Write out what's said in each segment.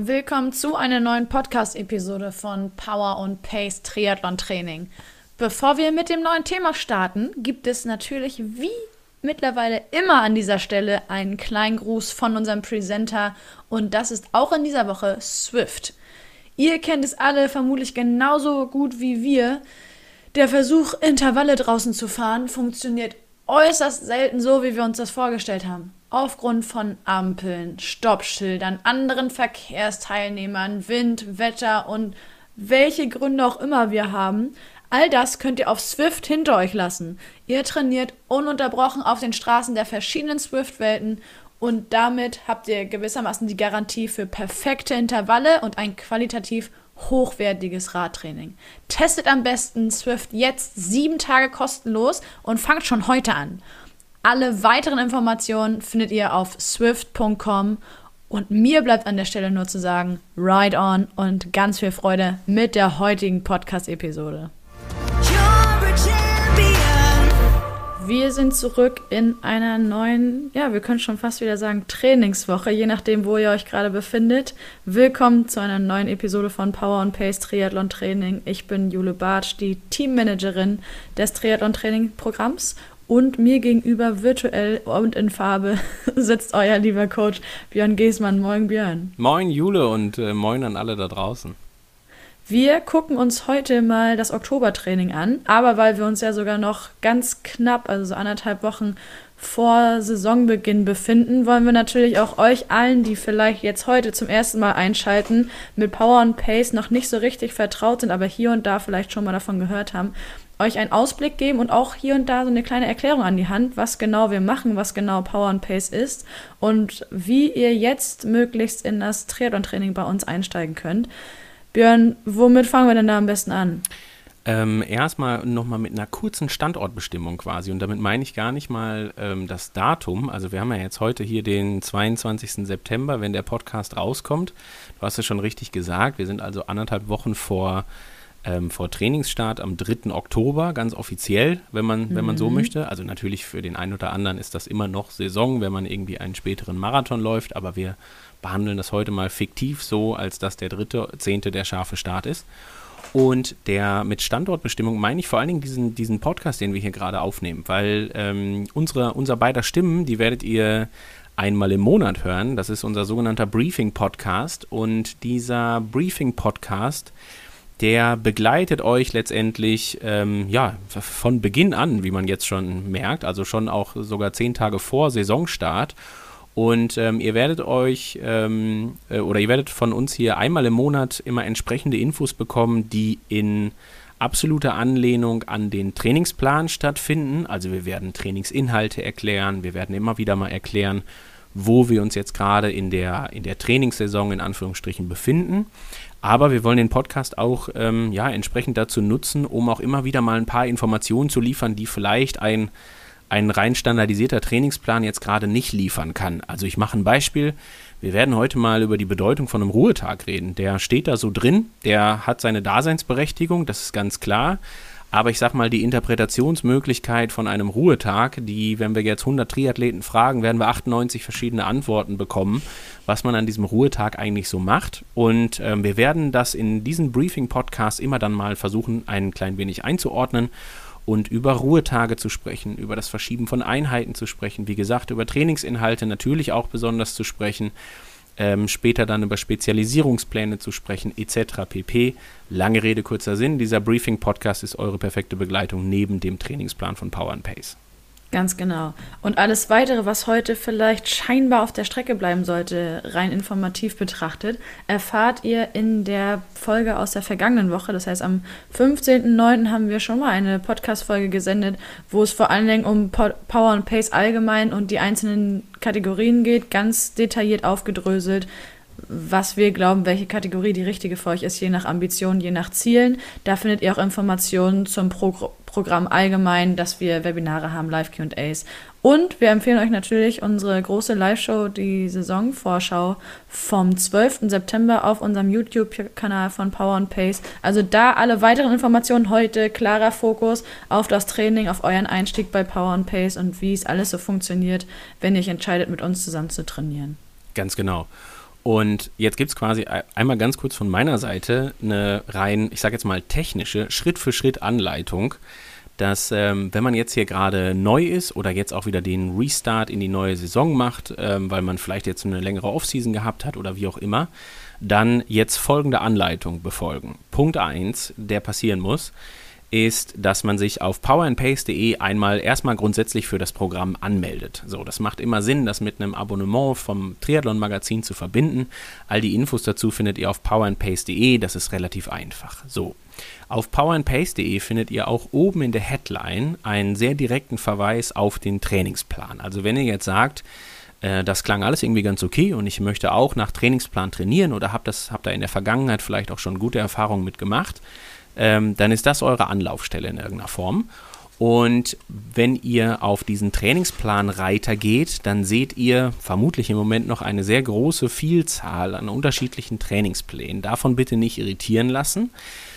Willkommen zu einer neuen Podcast-Episode von Power und Pace Triathlon Training. Bevor wir mit dem neuen Thema starten, gibt es natürlich wie mittlerweile immer an dieser Stelle einen kleinen Gruß von unserem Presenter und das ist auch in dieser Woche Zwift. Ihr kennt es alle vermutlich genauso gut wie wir. Der Versuch, Intervalle draußen zu fahren, funktioniert äußerst selten so, wie wir uns das vorgestellt haben. Aufgrund von Ampeln, Stoppschildern, anderen Verkehrsteilnehmern, Wind, Wetter und welche Gründe auch immer wir haben, all das könnt ihr auf Zwift hinter euch lassen. Ihr trainiert ununterbrochen auf den Straßen der verschiedenen Zwift-Welten und damit habt ihr gewissermaßen die Garantie für perfekte Intervalle und ein qualitativ hochwertiges Radtraining. Testet am besten Zwift jetzt 7 Tage kostenlos und fangt schon heute an. Alle weiteren Informationen findet ihr auf zwift.com und mir bleibt an der Stelle nur zu sagen, ride on und ganz viel Freude mit der heutigen Podcast-Episode. Wir sind zurück in einer neuen, wir können schon fast wieder sagen Trainingswoche, je nachdem, wo ihr euch gerade befindet. Willkommen zu einer neuen Episode von Power und Pace Triathlon Training. Ich bin Jule Bartsch, die Teammanagerin des Triathlon Training Programms. Und mir gegenüber virtuell und in Farbe sitzt euer lieber Coach Björn Geßmann. Moin Björn. Moin Jule und moin an alle da draußen. Wir gucken uns heute mal das Oktobertraining an, aber weil wir uns ja sogar noch ganz knapp, also so 1,5 Wochen vor Saisonbeginn befinden, wollen wir natürlich auch euch allen, die vielleicht jetzt heute zum ersten Mal einschalten, mit Power und Pace noch nicht so richtig vertraut sind, aber hier und da vielleicht schon mal davon gehört haben, euch einen Ausblick geben und auch hier und da so eine kleine Erklärung an die Hand, was genau wir machen, was genau Power and Pace ist und wie ihr jetzt möglichst in das Triathlon-Training bei uns einsteigen könnt. Björn, womit fangen wir denn da am besten an? Erstmal nochmal mit einer kurzen Standortbestimmung quasi und damit meine ich gar nicht mal das Datum, also wir haben ja jetzt heute hier den 22. September, wenn der Podcast rauskommt, du hast es schon richtig gesagt, wir sind also 1,5 Wochen vor Trainingsstart am 3. Oktober, ganz offiziell, wenn man so möchte. Also natürlich für den einen oder anderen ist das immer noch Saison, wenn man irgendwie einen späteren Marathon läuft, aber wir behandeln das heute mal fiktiv so, als dass der 3.10. der scharfe Start ist. Und mit Standortbestimmung meine ich vor allen Dingen diesen Podcast, den wir hier gerade aufnehmen, weil unser beider Stimmen, die werdet ihr einmal im Monat hören. Das ist unser sogenannter Briefing-Podcast und dieser Briefing-Podcast, der begleitet euch letztendlich von Beginn an, wie man jetzt schon merkt, also schon auch sogar 10 Tage vor Saisonstart. Und ihr werdet von uns hier einmal im Monat immer entsprechende Infos bekommen, die in absoluter Anlehnung an den Trainingsplan stattfinden. Also wir werden Trainingsinhalte erklären, wir werden immer wieder mal erklären, wo wir uns jetzt gerade in der Trainingssaison in Anführungsstrichen befinden. Aber wir wollen den Podcast auch entsprechend dazu nutzen, um auch immer wieder mal ein paar Informationen zu liefern, die vielleicht ein rein standardisierter Trainingsplan jetzt gerade nicht liefern kann. Also ich mache ein Beispiel. Wir werden heute mal über die Bedeutung von einem Ruhetag reden. Der steht da so drin, der hat seine Daseinsberechtigung, das ist ganz klar. Aber ich sag mal, die Interpretationsmöglichkeit von einem Ruhetag, wenn wir jetzt 100 Triathleten fragen, werden wir 98 verschiedene Antworten bekommen, was man an diesem Ruhetag eigentlich so macht. Und wir werden das in diesem Briefing-Podcast immer dann mal versuchen, ein klein wenig einzuordnen und über Ruhetage zu sprechen, über das Verschieben von Einheiten zu sprechen, wie gesagt, über Trainingsinhalte natürlich auch besonders zu sprechen, später dann über Spezialisierungspläne zu sprechen, etc. pp. Lange Rede, kurzer Sinn, dieser Briefing-Podcast ist eure perfekte Begleitung neben dem Trainingsplan von Power and Pace. Ganz genau. Und alles Weitere, was heute vielleicht scheinbar auf der Strecke bleiben sollte, rein informativ betrachtet, erfahrt ihr in der Folge aus der vergangenen Woche. Das heißt, am 15.09. haben wir schon mal eine Podcast-Folge gesendet, wo es vor allen Dingen um Power and Pace allgemein und die einzelnen Kategorien geht, ganz detailliert aufgedröselt, was wir glauben, welche Kategorie die richtige für euch ist, je nach Ambitionen, je nach Zielen. Da findet ihr auch Informationen zum Programm allgemein, dass wir Webinare haben, Live-Q&As. Und wir empfehlen euch natürlich unsere große Live-Show, die Saisonvorschau vom 12. September auf unserem YouTube-Kanal von Power and Pace. Also da alle weiteren Informationen heute, klarer Fokus auf das Training, auf euren Einstieg bei Power and Pace und wie es alles so funktioniert, wenn ihr euch entscheidet, mit uns zusammen zu trainieren. Ganz genau. Und jetzt gibt es quasi einmal ganz kurz von meiner Seite eine rein, ich sage jetzt mal technische, Schritt-für-Schritt-Anleitung, dass wenn man jetzt hier gerade neu ist oder jetzt auch wieder den Restart in die neue Saison macht, weil man vielleicht jetzt eine längere Offseason gehabt hat oder wie auch immer, dann jetzt folgende Anleitung befolgen. Punkt 1, der passieren muss, ist, dass man sich auf powerandpace.de erstmal grundsätzlich für das Programm anmeldet. So, das macht immer Sinn, das mit einem Abonnement vom Triathlon-Magazin zu verbinden. All die Infos dazu findet ihr auf powerandpace.de, das ist relativ einfach. So, auf powerandpace.de findet ihr auch oben in der Headline einen sehr direkten Verweis auf den Trainingsplan. Also wenn ihr jetzt sagt, das klang alles irgendwie ganz okay und ich möchte auch nach Trainingsplan trainieren oder hab da in der Vergangenheit vielleicht auch schon gute Erfahrungen mitgemacht, dann ist das eure Anlaufstelle in irgendeiner Form. Und wenn ihr auf diesen Trainingsplanreiter geht, dann seht ihr vermutlich im Moment noch eine sehr große Vielzahl an unterschiedlichen Trainingsplänen. Davon bitte nicht irritieren lassen.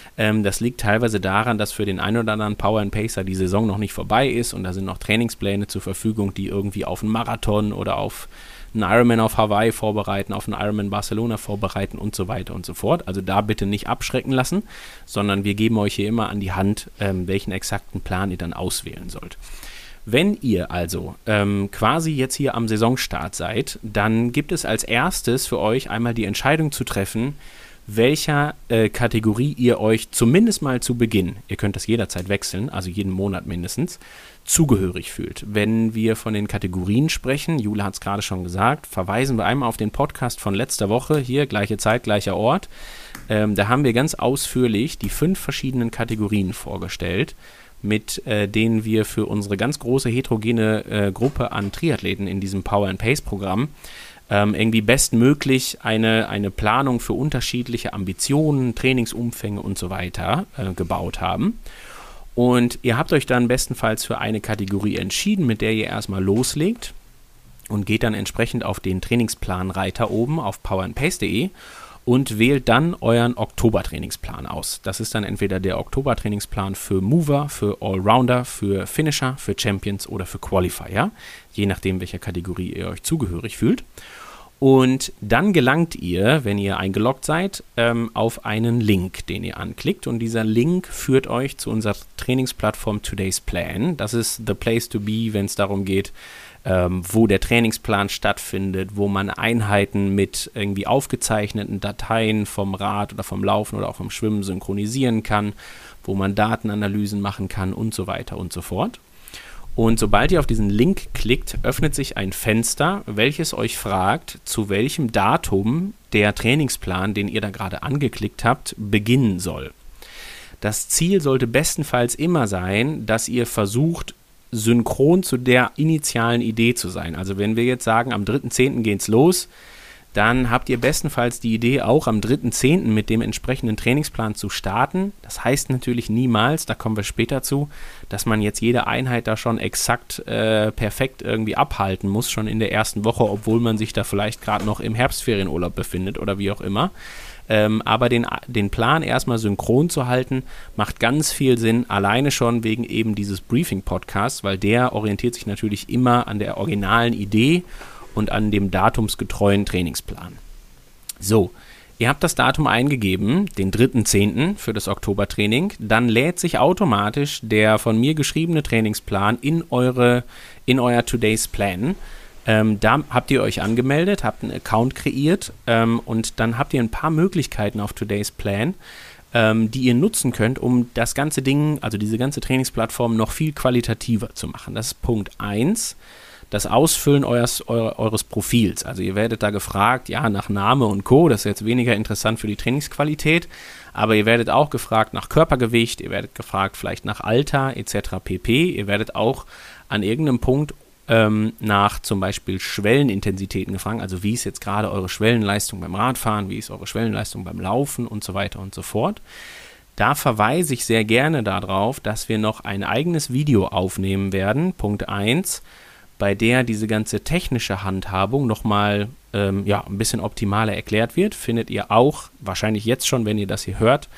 Das liegt teilweise daran, dass für den einen oder anderen Power and Pacer die Saison noch nicht vorbei ist und da sind noch Trainingspläne zur Verfügung, die irgendwie auf einen Marathon oder auf einen Ironman auf Hawaii vorbereiten, auf einen Ironman Barcelona vorbereiten und so weiter und so fort. Also da bitte nicht abschrecken lassen, sondern wir geben euch hier immer an die Hand, welchen exakten Plan ihr dann auswählen sollt. Wenn ihr also quasi jetzt hier am Saisonstart seid, dann gibt es als erstes für euch einmal die Entscheidung zu treffen, welcher Kategorie ihr euch zumindest mal zu Beginn, ihr könnt das jederzeit wechseln, also jeden Monat mindestens, zugehörig fühlt. Wenn wir von den Kategorien sprechen, Jule hat es gerade schon gesagt, verweisen wir einmal auf den Podcast von letzter Woche, hier gleiche Zeit, gleicher Ort. Da haben wir ganz ausführlich die 5 verschiedenen Kategorien vorgestellt, mit denen wir für unsere ganz große heterogene Gruppe an Triathleten in diesem Power and Pace Programm irgendwie bestmöglich eine Planung für unterschiedliche Ambitionen, Trainingsumfänge und so weiter gebaut haben. Und ihr habt euch dann bestenfalls für eine Kategorie entschieden, mit der ihr erstmal loslegt und geht dann entsprechend auf den Trainingsplanreiter oben auf powerandpace.de und wählt dann euren Oktober-Trainingsplan aus. Das ist dann entweder der Oktober-Trainingsplan für Mover, für Allrounder, für Finisher, für Champions oder für Qualifier, je nachdem, welcher Kategorie ihr euch zugehörig fühlt. Und dann gelangt ihr, wenn ihr eingeloggt seid, auf einen Link, den ihr anklickt. Und dieser Link führt euch zu unserer Trainingsplattform Today's Plan. Das ist the place to be, wenn es darum geht, wo der Trainingsplan stattfindet, wo man Einheiten mit irgendwie aufgezeichneten Dateien vom Rad oder vom Laufen oder auch vom Schwimmen synchronisieren kann, wo man Datenanalysen machen kann und so weiter und so fort. Und sobald ihr auf diesen Link klickt, öffnet sich ein Fenster, welches euch fragt, zu welchem Datum der Trainingsplan, den ihr da gerade angeklickt habt, beginnen soll. Das Ziel sollte bestenfalls immer sein, dass ihr versucht, synchron zu der initialen Idee zu sein. Also wenn wir jetzt sagen, am 3.10. geht's los, dann habt ihr bestenfalls die Idee, auch am 3.10. mit dem entsprechenden Trainingsplan zu starten. Das heißt natürlich niemals, da kommen wir später zu, dass man jetzt jede Einheit da schon exakt perfekt irgendwie abhalten muss, schon in der ersten Woche, obwohl man sich da vielleicht gerade noch im Herbstferienurlaub befindet oder wie auch immer. Aber den Plan erstmal synchron zu halten, macht ganz viel Sinn, alleine schon wegen eben dieses Briefing-Podcasts, weil der orientiert sich natürlich immer an der originalen Idee und an dem datumsgetreuen Trainingsplan. So, ihr habt das Datum eingegeben, den 3.10. für das Oktobertraining, dann lädt sich automatisch der von mir geschriebene Trainingsplan in euer Today's Plan. Da habt ihr euch angemeldet, habt einen Account kreiert und dann habt ihr ein paar Möglichkeiten auf Today's Plan, die ihr nutzen könnt, um das ganze Ding, also diese ganze Trainingsplattform noch viel qualitativer zu machen. Das ist Punkt 1. Das Ausfüllen eures Profils. Also ihr werdet da gefragt, ja, nach Name und Co., das ist jetzt weniger interessant für die Trainingsqualität, aber ihr werdet auch gefragt nach Körpergewicht, ihr werdet gefragt vielleicht nach Alter etc. pp. Ihr werdet auch an irgendeinem Punkt nach zum Beispiel Schwellenintensitäten gefragt, also wie ist jetzt gerade eure Schwellenleistung beim Radfahren, wie ist eure Schwellenleistung beim Laufen und so weiter und so fort. Da verweise ich sehr gerne darauf, dass wir noch ein eigenes Video aufnehmen werden, Punkt 1, bei der diese ganze technische Handhabung nochmal ein bisschen optimaler erklärt wird, findet ihr auch, wahrscheinlich jetzt schon, wenn ihr das hier hört,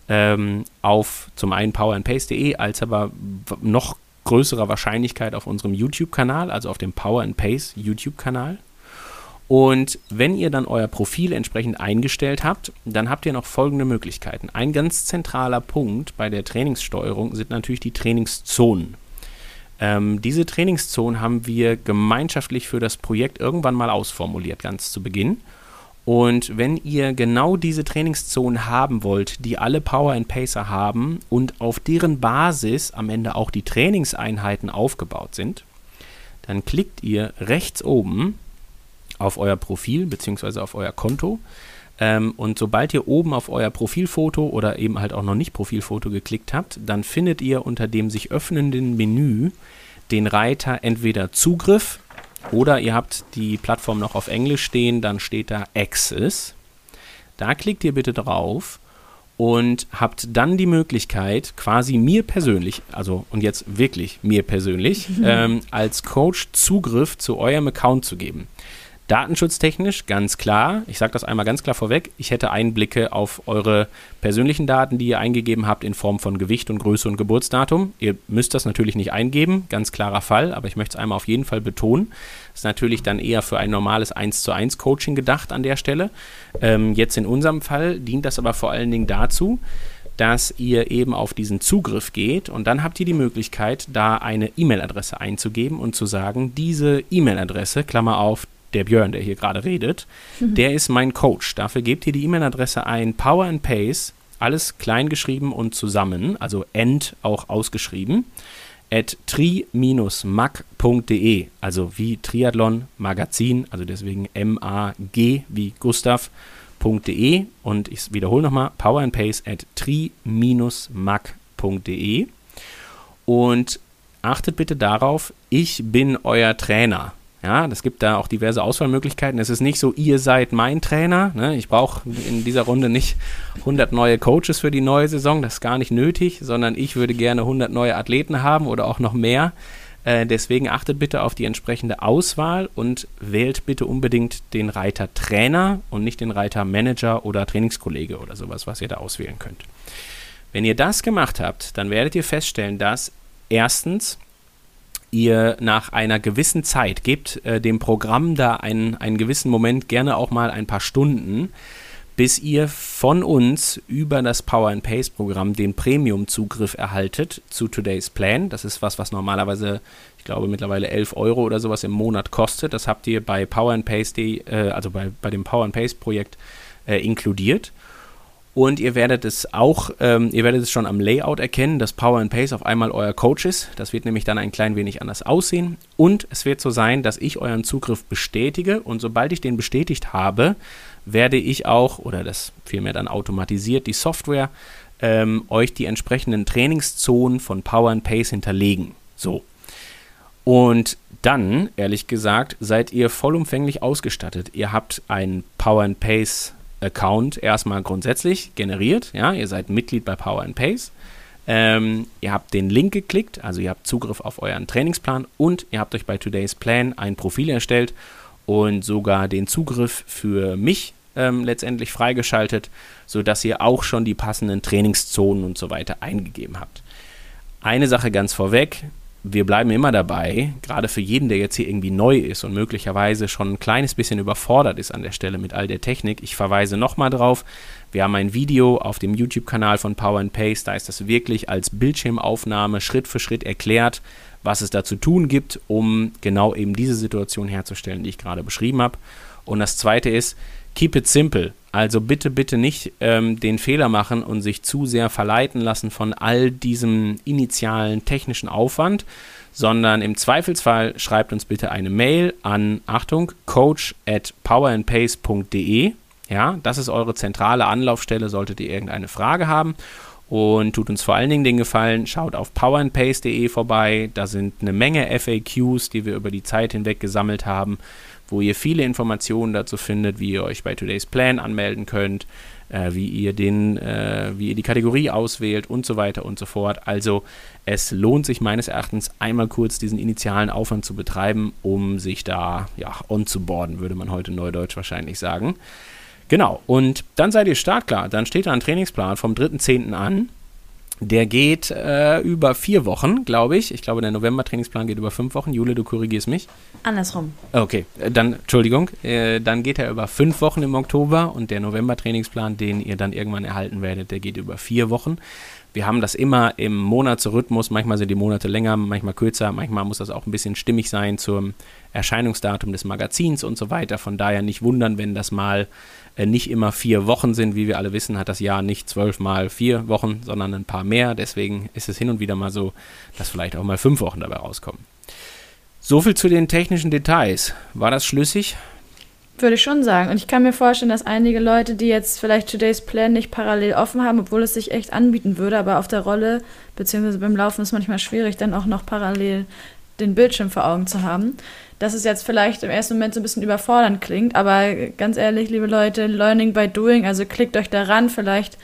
auf zum einen powerandpace.de, als aber noch größerer Wahrscheinlichkeit auf unserem YouTube-Kanal, also auf dem Power and Pace YouTube-Kanal. Und wenn ihr dann euer Profil entsprechend eingestellt habt, dann habt ihr noch folgende Möglichkeiten. Ein ganz zentraler Punkt bei der Trainingssteuerung sind natürlich die Trainingszonen. Diese Trainingszonen haben wir gemeinschaftlich für das Projekt irgendwann mal ausformuliert, ganz zu Beginn. Und wenn ihr genau diese Trainingszonen haben wollt, die alle Power and Pacer haben und auf deren Basis am Ende auch die Trainingseinheiten aufgebaut sind, dann klickt ihr rechts oben auf euer Profil bzw. auf euer Konto und sobald ihr oben auf euer Profilfoto oder eben halt auch noch nicht Profilfoto geklickt habt, dann findet ihr unter dem sich öffnenden Menü den Reiter entweder Zugriff oder ihr habt die Plattform noch auf Englisch stehen, dann steht da Access. Da klickt ihr bitte drauf und habt dann die Möglichkeit, quasi mir persönlich, also und jetzt wirklich mir persönlich, als Coach Zugriff zu eurem Account zu geben. Datenschutztechnisch ganz klar, ich sage das einmal ganz klar vorweg, ich hätte Einblicke auf eure persönlichen Daten, die ihr eingegeben habt in Form von Gewicht und Größe und Geburtsdatum. Ihr müsst das natürlich nicht eingeben, ganz klarer Fall, aber ich möchte es einmal auf jeden Fall betonen. Das ist natürlich dann eher für ein normales 1:1 Coaching gedacht an der Stelle. Jetzt in unserem Fall dient das aber vor allen Dingen dazu, dass ihr eben auf diesen Zugriff geht und dann habt ihr die Möglichkeit, da eine E-Mail-Adresse einzugeben und zu sagen, diese E-Mail-Adresse, Klammer auf, der Björn, der hier gerade redet, der ist mein Coach. Dafür gebt ihr die E-Mail-Adresse ein, Power and Pace, alles klein geschrieben und zusammen, also end auch ausgeschrieben, @tri-mag.de, also wie Triathlon Magazin, also deswegen MAG wie Gustav.de und ich wiederhole nochmal, Power and Pace @tri-mag.de und achtet bitte darauf, ich bin euer Trainer. Ja, es gibt da auch diverse Auswahlmöglichkeiten. Es ist nicht so, ihr seid mein Trainer. Ne? Ich brauche in dieser Runde nicht 100 neue Coaches für die neue Saison. Das ist gar nicht nötig, sondern ich würde gerne 100 neue Athleten haben oder auch noch mehr. Deswegen achtet bitte auf die entsprechende Auswahl und wählt bitte unbedingt den Reiter Trainer und nicht den Reiter Manager oder Trainingskollege oder sowas, was ihr da auswählen könnt. Wenn ihr das gemacht habt, dann werdet ihr feststellen, dass erstens ihr nach einer gewissen Zeit, gebt dem Programm da einen gewissen Moment, gerne auch mal ein paar Stunden, bis ihr von uns über das Power and Pace Programm den Premium-Zugriff erhaltet zu Today's Plan. Das ist was normalerweise, ich glaube mittlerweile 11 € oder sowas im Monat kostet. Das habt ihr bei Power and Pace, also bei dem Power and Pace Projekt inkludiert. Und ihr werdet es schon am Layout erkennen, dass Power and Pace auf einmal euer Coach ist. Das wird nämlich dann ein klein wenig anders aussehen. Und es wird so sein, dass ich euren Zugriff bestätige. Und sobald ich den bestätigt habe, werde ich auch, oder das vielmehr dann automatisiert, die Software, euch die entsprechenden Trainingszonen von Power and Pace hinterlegen. So. Und dann, ehrlich gesagt, seid ihr vollumfänglich ausgestattet. Ihr habt einen Power and Pace Account erstmal grundsätzlich generiert, ja, ihr seid Mitglied bei Power and Pace, ihr habt den Link geklickt, also ihr habt Zugriff auf euren Trainingsplan und ihr habt euch bei Today's Plan ein Profil erstellt und sogar den Zugriff für mich letztendlich freigeschaltet, sodass ihr auch schon die passenden Trainingszonen und so weiter eingegeben habt. Eine Sache ganz vorweg, wir bleiben immer dabei, gerade für jeden, der jetzt hier irgendwie neu ist und möglicherweise schon ein kleines bisschen überfordert ist an der Stelle mit all der Technik. Ich verweise nochmal drauf, wir haben ein Video auf dem YouTube-Kanal von Power and Pace, da ist das wirklich als Bildschirmaufnahme Schritt für Schritt erklärt, was es da zu tun gibt, um genau eben diese Situation herzustellen, die ich gerade beschrieben habe. Und das Zweite ist, keep it simple. Also bitte, bitte nicht den Fehler machen und sich zu sehr verleiten lassen von all diesem initialen technischen Aufwand, sondern im Zweifelsfall schreibt uns bitte eine Mail an, Achtung, coach@powerandpace.de. Ja, das ist eure zentrale Anlaufstelle, solltet ihr irgendeine Frage haben. Und tut uns vor allen Dingen den Gefallen, schaut auf powerandpace.de vorbei. Da sind eine Menge FAQs, die wir über die Zeit hinweg gesammelt haben, wo ihr viele Informationen dazu findet, wie ihr euch bei Today's Plan anmelden könnt, wie ihr die Kategorie auswählt und so weiter und so fort. Also es lohnt sich meines Erachtens einmal kurz diesen initialen Aufwand zu betreiben, um sich da on zu boarden, würde man heute neudeutsch wahrscheinlich sagen. Genau, und dann seid ihr startklar. Dann steht da ein Trainingsplan vom 3.10. an. Der geht über 4 Wochen, glaube ich. Ich glaube, der November-Trainingsplan geht über 5 Wochen. Jule, du korrigierst mich. Andersrum. Okay, dann, Entschuldigung. Dann geht er über 5 Wochen im Oktober und der November-Trainingsplan, den ihr dann irgendwann erhalten werdet, der geht über 4 Wochen. Wir haben das immer im Monatsrhythmus. Manchmal sind die Monate länger, manchmal kürzer. Manchmal muss das auch ein bisschen stimmig sein zum Erscheinungsdatum des Magazins und so weiter. Von daher nicht wundern, wenn das mal nicht immer 4 Wochen sind. Wie wir alle wissen, hat das Jahr nicht 12 mal 4 Wochen, sondern ein paar mehr. Deswegen ist es hin und wieder mal so, dass vielleicht auch mal 5 Wochen dabei rauskommen. So viel zu den technischen Details. War das schlüssig? Würde ich schon sagen. Und ich kann mir vorstellen, dass einige Leute, die jetzt vielleicht Today's Plan nicht parallel offen haben, obwohl es sich echt anbieten würde, aber auf der Rolle bzw. beim Laufen ist es manchmal schwierig, dann auch noch parallel den Bildschirm vor Augen zu haben. Dass es jetzt vielleicht im ersten Moment so ein bisschen überfordernd klingt, aber ganz ehrlich, liebe Leute, Learning by Doing, also klickt euch da rein, vielleicht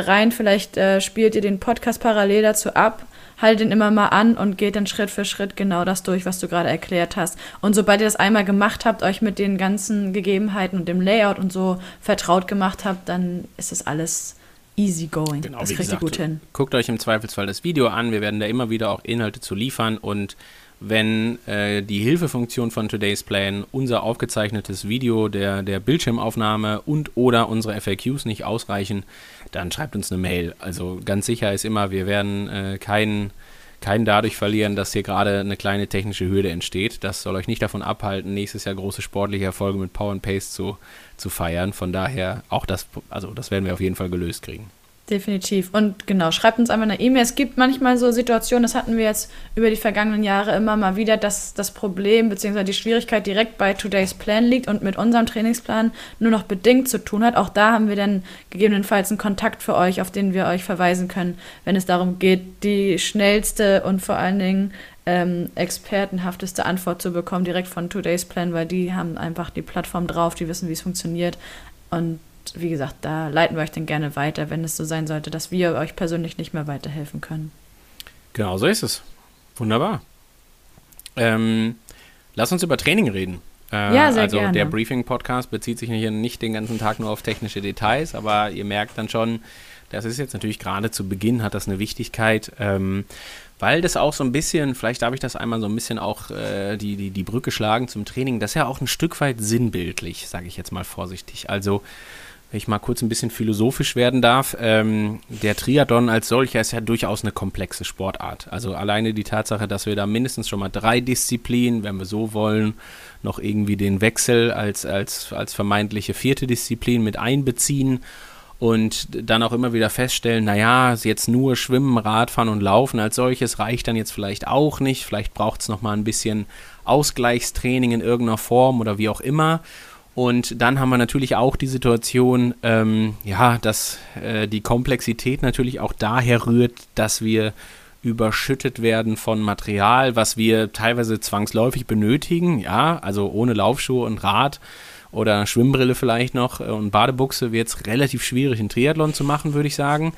spielt ihr den Podcast parallel dazu ab, haltet ihn immer mal an und geht dann Schritt für Schritt genau das durch, was du gerade erklärt hast. Und sobald ihr das einmal gemacht habt, euch mit den ganzen Gegebenheiten und dem Layout und so vertraut gemacht habt, dann ist das alles easy going. Genau, das wie kriegt ihr gut hin. Guckt euch im Zweifelsfall das Video an. Wir werden da immer wieder auch Inhalte zu liefern und wenn die Hilfefunktion von Today's Plan, unser aufgezeichnetes Video der Bildschirmaufnahme und oder unsere FAQs nicht ausreichen, dann schreibt uns eine Mail. Also ganz sicher ist immer, wir werden keinen dadurch verlieren, dass hier gerade eine kleine technische Hürde entsteht. Das soll euch nicht davon abhalten, nächstes Jahr große sportliche Erfolge mit Power and Pace zu feiern. Von daher auch das werden wir auf jeden Fall gelöst kriegen. Definitiv. Und genau, schreibt uns einfach eine E-Mail. Es gibt manchmal so Situationen, das hatten wir jetzt über die vergangenen Jahre immer mal wieder, dass das Problem bzw. die Schwierigkeit direkt bei Today's Plan liegt und mit unserem Trainingsplan nur noch bedingt zu tun hat. Auch da haben wir dann gegebenenfalls einen Kontakt für euch, auf den wir euch verweisen können, wenn es darum geht, die schnellste und vor allen Dingen expertenhafteste Antwort zu bekommen, direkt von Today's Plan, weil die haben einfach die Plattform drauf, die wissen, wie es funktioniert. Und wie gesagt, da leiten wir euch dann gerne weiter, wenn es so sein sollte, dass wir euch persönlich nicht mehr weiterhelfen können. Genau so ist es. Wunderbar. Lass uns über Training reden. Ja, sehr gerne. Der Briefing-Podcast bezieht sich hier nicht den ganzen Tag nur auf technische Details, aber ihr merkt dann schon, das ist jetzt natürlich gerade zu Beginn, hat das eine Wichtigkeit, weil das auch so ein bisschen, vielleicht darf ich das einmal so ein bisschen auch die Brücke schlagen zum Training, das ist ja auch ein Stück weit sinnbildlich, sage ich jetzt mal vorsichtig. Also wenn ich mal kurz ein bisschen philosophisch werden darf, der Triathlon als solcher ist ja durchaus eine komplexe Sportart. Also alleine die Tatsache, dass wir da mindestens schon mal 3 Disziplinen, wenn wir so wollen, noch irgendwie den Wechsel als vermeintliche 4. Disziplin mit einbeziehen und dann auch immer wieder feststellen, naja, jetzt nur Schwimmen, Radfahren und Laufen als solches reicht dann jetzt vielleicht auch nicht. Vielleicht braucht es nochmal ein bisschen Ausgleichstraining in irgendeiner Form oder wie auch immer. Und dann haben wir natürlich auch die Situation, dass die Komplexität natürlich auch daher rührt, dass wir überschüttet werden von Material, was wir teilweise zwangsläufig benötigen. Ja, also ohne Laufschuhe und Rad oder Schwimmbrille vielleicht noch und Badebuchse wird es relativ schwierig, einen Triathlon zu machen, würde ich sagen.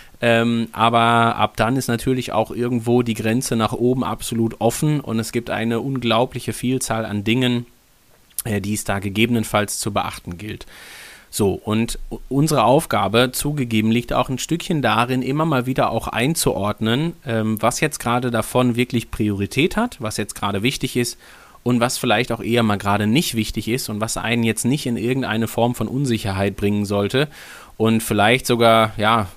Aber ab dann ist natürlich auch irgendwo die Grenze nach oben absolut offen und es gibt eine unglaubliche Vielzahl an Dingen, die es da gegebenenfalls zu beachten gilt. So, und unsere Aufgabe, zugegeben, liegt auch ein Stückchen darin, immer mal wieder auch einzuordnen, was jetzt gerade davon wirklich Priorität hat, was jetzt gerade wichtig ist und was vielleicht auch eher mal gerade nicht wichtig ist und was einen jetzt nicht in irgendeine Form von Unsicherheit bringen sollte und vielleicht sogar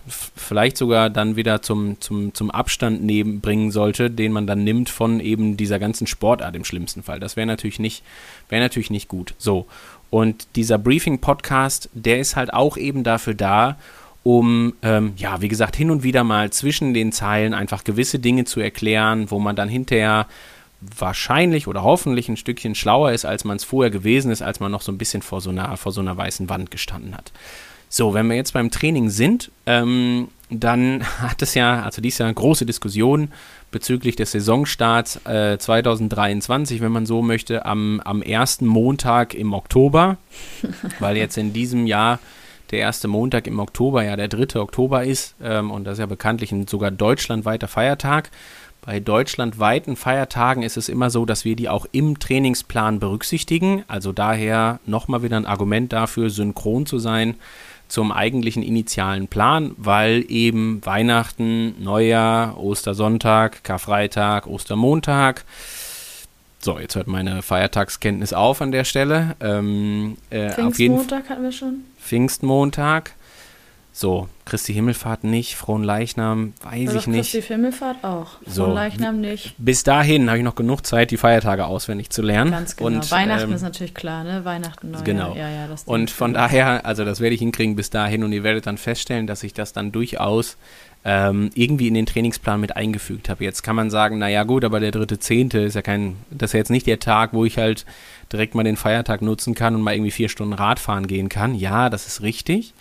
dann wieder zum Abstand bringen sollte, den man dann nimmt von eben dieser ganzen Sportart im schlimmsten Fall. Das wäre natürlich nicht gut. So, und dieser Briefing-Podcast, der ist halt auch eben dafür da, um, wie gesagt, hin und wieder mal zwischen den Zeilen einfach gewisse Dinge zu erklären, wo man dann hinterher wahrscheinlich oder hoffentlich ein Stückchen schlauer ist, als man es vorher gewesen ist, als man noch so ein bisschen vor so einer weißen Wand gestanden hat. So, wenn wir jetzt beim Training sind, dann hat es dies Jahr eine große Diskussion bezüglich des Saisonstarts 2023, wenn man so möchte, am ersten Montag im Oktober, weil jetzt in diesem Jahr der erste Montag im Oktober ja der 3. Oktober ist und das ist ja bekanntlich ein sogar deutschlandweiter Feiertag. Bei deutschlandweiten Feiertagen ist es immer so, dass wir die auch im Trainingsplan berücksichtigen. Also daher nochmal wieder ein Argument dafür, synchron zu sein zum eigentlichen initialen Plan, weil eben Weihnachten, Neujahr, Ostersonntag, Karfreitag, Ostermontag. So, jetzt hört meine Feiertagskenntnis auf an der Stelle. Pfingstmontag hatten wir schon. Pfingstmontag. So, Christi Himmelfahrt nicht, Fronleichnam, weiß ich nicht. Christi Himmelfahrt auch, Fronleichnam nicht. Bis dahin habe ich noch genug Zeit, die Feiertage auswendig zu lernen. Ganz genau. Und, Weihnachten ist natürlich klar, ne? Weihnachten, Neujahr. Genau. Ja, das und von daher, also das werde ich hinkriegen bis dahin und ihr werdet dann feststellen, dass ich das dann durchaus irgendwie in den Trainingsplan mit eingefügt habe. Jetzt kann man sagen, naja gut, aber der 3.10. ist ja das ist ja jetzt nicht der Tag, wo ich halt direkt mal den Feiertag nutzen kann und mal irgendwie 4 Stunden Radfahren gehen kann. Ja, das ist richtig.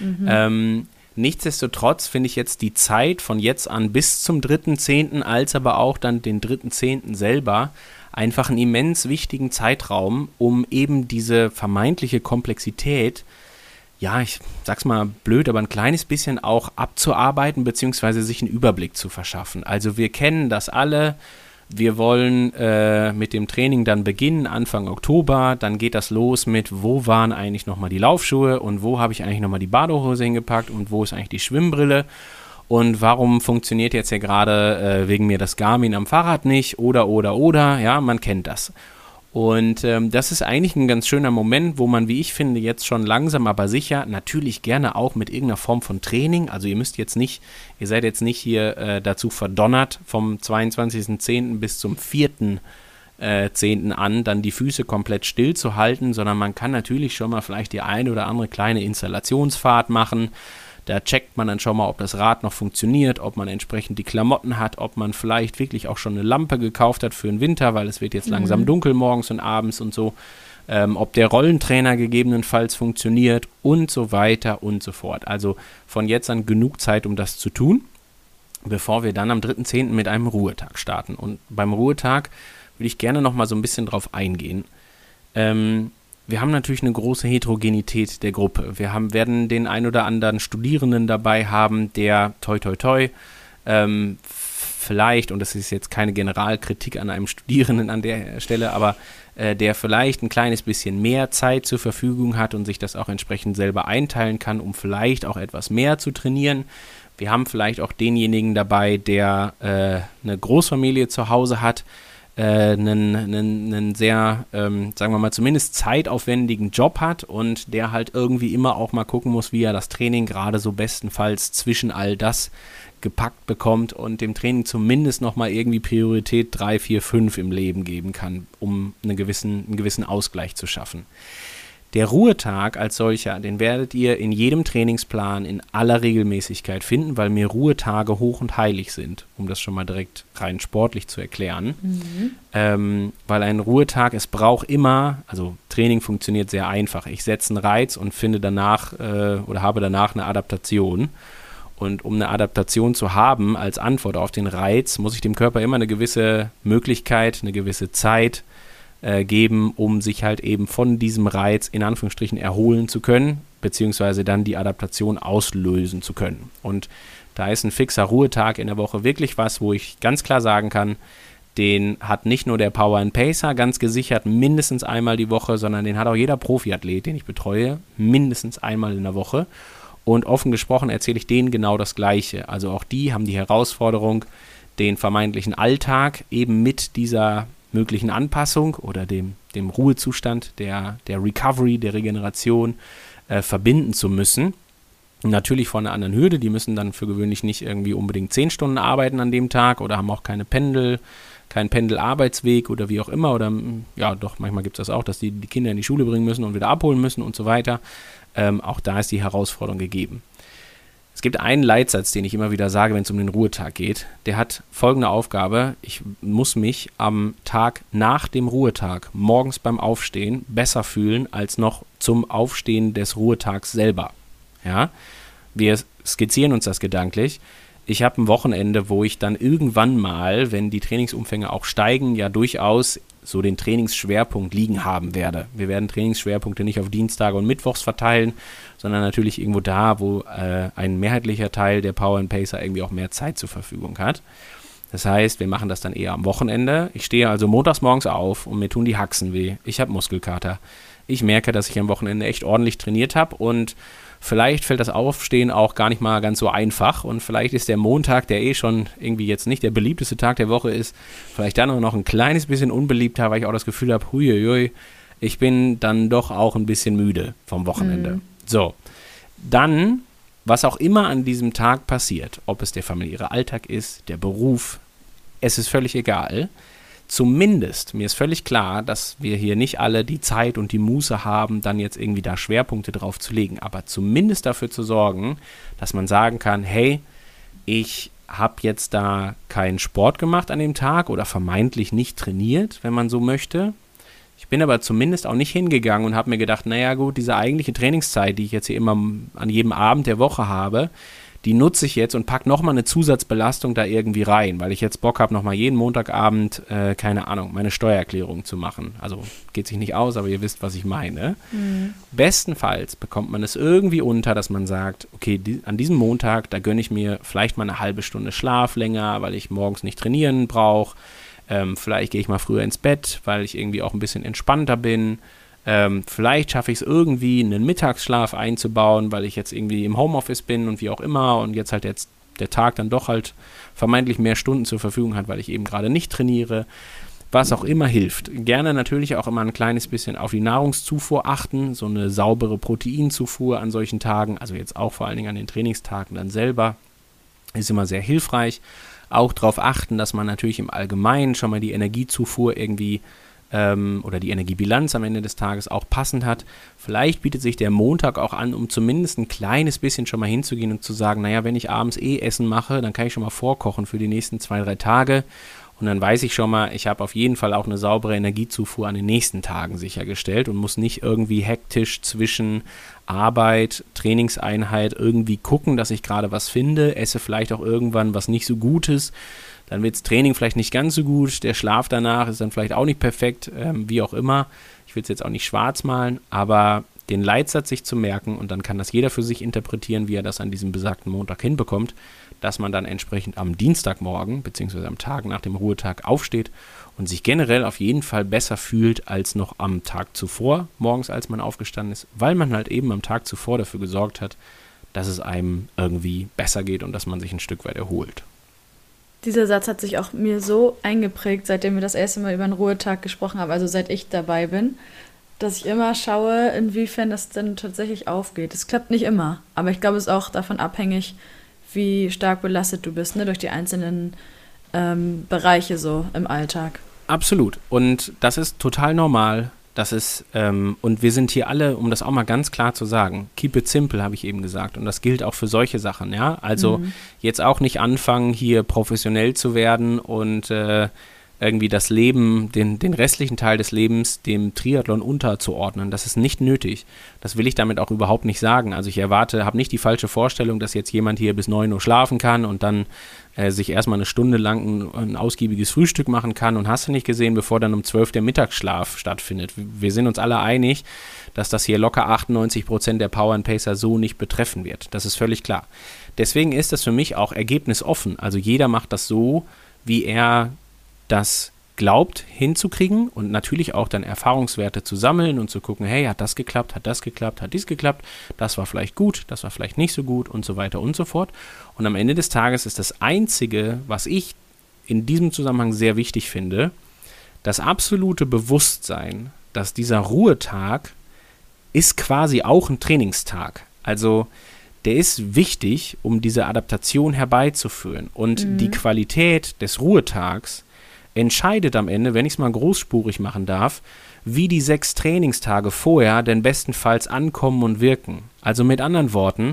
Nichtsdestotrotz finde ich jetzt die Zeit von jetzt an bis zum 3.10., als aber auch dann den 3.10. selber einfach einen immens wichtigen Zeitraum, um eben diese vermeintliche Komplexität, ja, ich sag's mal blöd, aber ein kleines bisschen auch abzuarbeiten, beziehungsweise sich einen Überblick zu verschaffen. Also wir kennen das alle. Wir wollen mit dem Training dann beginnen, Anfang Oktober, dann geht das los mit, wo waren eigentlich nochmal die Laufschuhe und wo habe ich eigentlich nochmal die Badehose hingepackt und wo ist eigentlich die Schwimmbrille und warum funktioniert jetzt hier gerade wegen mir das Garmin am Fahrrad nicht oder, ja, man kennt das. Und das ist eigentlich ein ganz schöner Moment, wo man, wie ich finde, jetzt schon langsam, aber sicher, natürlich gerne auch mit irgendeiner Form von Training, also ihr seid jetzt nicht hier dazu verdonnert, vom 22.10. bis zum 4.10. an dann die Füße komplett still zu halten, sondern man kann natürlich schon mal vielleicht die eine oder andere kleine Installationsfahrt machen. Da checkt man dann schon mal, ob das Rad noch funktioniert, ob man entsprechend die Klamotten hat, ob man vielleicht wirklich auch schon eine Lampe gekauft hat für den Winter, weil es wird jetzt langsam dunkel morgens und abends und so, ob der Rollentrainer gegebenenfalls funktioniert und so weiter und so fort. Also von jetzt an genug Zeit, um das zu tun, bevor wir dann am 3.10. mit einem Ruhetag starten. Und beim Ruhetag würde ich gerne noch mal so ein bisschen drauf eingehen. Wir haben natürlich eine große Heterogenität der Gruppe. Wir werden den ein oder anderen Studierenden dabei haben, der toi toi toi vielleicht, und das ist jetzt keine Generalkritik an einem Studierenden an der Stelle, aber der vielleicht ein kleines bisschen mehr Zeit zur Verfügung hat und sich das auch entsprechend selber einteilen kann, um vielleicht auch etwas mehr zu trainieren. Wir haben vielleicht auch denjenigen dabei, der eine Großfamilie zu Hause hat, einen sehr, sagen wir mal, zumindest zeitaufwendigen Job hat und der halt irgendwie immer auch mal gucken muss, wie er das Training gerade so bestenfalls zwischen all das gepackt bekommt und dem Training zumindest nochmal irgendwie Priorität 3, 4, 5 im Leben geben kann, um einen gewissen Ausgleich zu schaffen. Der Ruhetag als solcher, den werdet ihr in jedem Trainingsplan in aller Regelmäßigkeit finden, weil mir Ruhetage hoch und heilig sind, um das schon mal direkt rein sportlich zu erklären. Weil ein Ruhetag, es braucht immer, also Training funktioniert sehr einfach. Ich setze einen Reiz und finde danach oder habe danach eine Adaptation. Und um eine Adaptation zu haben als Antwort auf den Reiz, muss ich dem Körper immer eine gewisse Möglichkeit, eine gewisse Zeit geben, um sich halt eben von diesem Reiz in Anführungsstrichen erholen zu können, beziehungsweise dann die Adaptation auslösen zu können. Und da ist ein fixer Ruhetag in der Woche wirklich was, wo ich ganz klar sagen kann, den hat nicht nur der Power & Pacer ganz gesichert mindestens einmal die Woche, sondern den hat auch jeder Profiathlet, den ich betreue, mindestens einmal in der Woche. Und offen gesprochen erzähle ich denen genau das Gleiche. Also auch die haben die Herausforderung, den vermeintlichen Alltag eben mit dieser möglichen Anpassung oder dem Ruhezustand, der Recovery, der Regeneration verbinden zu müssen. Natürlich von einer anderen Hürde, die müssen dann für gewöhnlich nicht irgendwie unbedingt 10 Stunden arbeiten an dem Tag oder haben auch keinen Pendelarbeitsweg oder wie auch immer oder ja doch, manchmal gibt es das auch, dass die Kinder in die Schule bringen müssen und wieder abholen müssen und so weiter. Auch da ist die Herausforderung gegeben. Es gibt einen Leitsatz, den ich immer wieder sage, wenn es um den Ruhetag geht. Der hat folgende Aufgabe: Ich muss mich am Tag nach dem Ruhetag morgens beim Aufstehen besser fühlen als noch zum Aufstehen des Ruhetags selber. Ja? Wir skizzieren uns das gedanklich. Ich habe ein Wochenende, wo ich dann irgendwann mal, wenn die Trainingsumfänge auch steigen, ja durchaus so den Trainingsschwerpunkt liegen haben werde. Wir werden Trainingsschwerpunkte nicht auf Dienstage und Mittwochs verteilen, sondern natürlich irgendwo da, wo ein mehrheitlicher Teil der Power & Pacer irgendwie auch mehr Zeit zur Verfügung hat. Das heißt, wir machen das dann eher am Wochenende. Ich stehe also montags morgens auf und mir tun die Haxen weh. Ich habe Muskelkater. Ich merke, dass ich am Wochenende echt ordentlich trainiert habe und vielleicht fällt das Aufstehen auch gar nicht mal ganz so einfach und vielleicht ist der Montag, der schon irgendwie jetzt nicht der beliebteste Tag der Woche ist, vielleicht dann auch noch ein kleines bisschen unbeliebter, weil ich auch das Gefühl habe, huiuiui, ich bin dann doch auch ein bisschen müde vom Wochenende. So, dann, was auch immer an diesem Tag passiert, ob es der familiäre Alltag ist, der Beruf, es ist völlig egal. Zumindest, mir ist völlig klar, dass wir hier nicht alle die Zeit und die Muße haben, dann jetzt irgendwie da Schwerpunkte drauf zu legen, aber zumindest dafür zu sorgen, dass man sagen kann, hey, ich habe jetzt da keinen Sport gemacht an dem Tag oder vermeintlich nicht trainiert, wenn man so möchte. Ich bin aber zumindest auch nicht hingegangen und habe mir gedacht, naja gut, diese eigentliche Trainingszeit, die ich jetzt hier immer an jedem Abend der Woche habe, die nutze ich jetzt und packe nochmal eine Zusatzbelastung da irgendwie rein, weil ich jetzt Bock habe, nochmal jeden Montagabend, keine Ahnung, meine Steuererklärung zu machen. Also geht sich nicht aus, aber ihr wisst, was ich meine. Bestenfalls bekommt man es irgendwie unter, dass man sagt, okay, an diesem Montag, da gönne ich mir vielleicht mal eine halbe Stunde Schlaf länger, weil ich morgens nicht trainieren brauche. Vielleicht gehe ich mal früher ins Bett, weil ich irgendwie auch ein bisschen entspannter bin. Vielleicht schaffe ich es irgendwie, einen Mittagsschlaf einzubauen, weil ich jetzt irgendwie im Homeoffice bin und wie auch immer und jetzt halt jetzt der Tag dann doch halt vermeintlich mehr Stunden zur Verfügung hat, weil ich eben gerade nicht trainiere. Was auch immer hilft. Gerne natürlich auch immer ein kleines bisschen auf die Nahrungszufuhr achten, so eine saubere Proteinzufuhr an solchen Tagen, also jetzt auch vor allen Dingen an den Trainingstagen dann selber, ist immer sehr hilfreich. Auch darauf achten, dass man natürlich im Allgemeinen schon mal die Energiezufuhr irgendwie oder die Energiebilanz am Ende des Tages auch passend hat. Vielleicht bietet sich der Montag auch an, um zumindest ein kleines bisschen schon mal hinzugehen und zu sagen, naja, wenn ich abends Essen mache, dann kann ich schon mal vorkochen für die nächsten 2-3 Tage und dann weiß ich schon mal, ich habe auf jeden Fall auch eine saubere Energiezufuhr an den nächsten Tagen sichergestellt und muss nicht irgendwie hektisch zwischen Arbeit, Trainingseinheit irgendwie gucken, dass ich gerade was finde, esse vielleicht auch irgendwann was nicht so Gutes. Dann wird das Training vielleicht nicht ganz so gut, der Schlaf danach ist dann vielleicht auch nicht perfekt, wie auch immer. Ich will es jetzt auch nicht schwarz malen, aber den Leitsatz sich zu merken und dann kann das jeder für sich interpretieren, wie er das an diesem besagten Montag hinbekommt, dass man dann entsprechend am Dienstagmorgen bzw. am Tag nach dem Ruhetag aufsteht und sich generell auf jeden Fall besser fühlt als noch am Tag zuvor, morgens als man aufgestanden ist, weil man halt eben am Tag zuvor dafür gesorgt hat, dass es einem irgendwie besser geht und dass man sich ein Stück weit erholt. Dieser Satz hat sich auch mir so eingeprägt, seitdem wir das erste Mal über einen Ruhetag gesprochen haben, also seit ich dabei bin, dass ich immer schaue, inwiefern das denn tatsächlich aufgeht. Es klappt nicht immer, aber ich glaube, es ist auch davon abhängig, wie stark belastet du bist, ne, durch die einzelnen Bereiche so im Alltag. Absolut. Und das ist total normal. Das ist, und wir sind hier alle, um das auch mal ganz klar zu sagen, keep it simple, habe ich eben gesagt. Und das gilt auch für solche Sachen, ja. Also jetzt auch nicht anfangen, hier professionell zu werden und irgendwie das Leben, den restlichen Teil des Lebens dem Triathlon unterzuordnen. Das ist nicht nötig. Das will ich damit auch überhaupt nicht sagen. Also ich habe nicht die falsche Vorstellung, dass jetzt jemand hier bis 9 Uhr schlafen kann und dann sich erstmal eine Stunde lang ein ausgiebiges Frühstück machen kann und hast du nicht gesehen, bevor dann um 12 der Mittagsschlaf stattfindet. Wir sind uns alle einig, dass das hier locker 98% der Power and Pacer so nicht betreffen wird. Das ist völlig klar. Deswegen ist das für mich auch ergebnisoffen. Also jeder macht das so, wie er das glaubt hinzukriegen und natürlich auch dann Erfahrungswerte zu sammeln und zu gucken, hey, hat das geklappt, hat dies geklappt, das war vielleicht gut, das war vielleicht nicht so gut und so weiter und so fort. Und am Ende des Tages ist das Einzige, was ich in diesem Zusammenhang sehr wichtig finde, das absolute Bewusstsein, dass dieser Ruhetag ist quasi auch ein Trainingstag. Also der ist wichtig, um diese Adaptation herbeizuführen. Und die Qualität des Ruhetags entscheidet am Ende, wenn ich es mal großspurig machen darf, wie die 6 Trainingstage vorher denn bestenfalls ankommen und wirken. Also mit anderen Worten,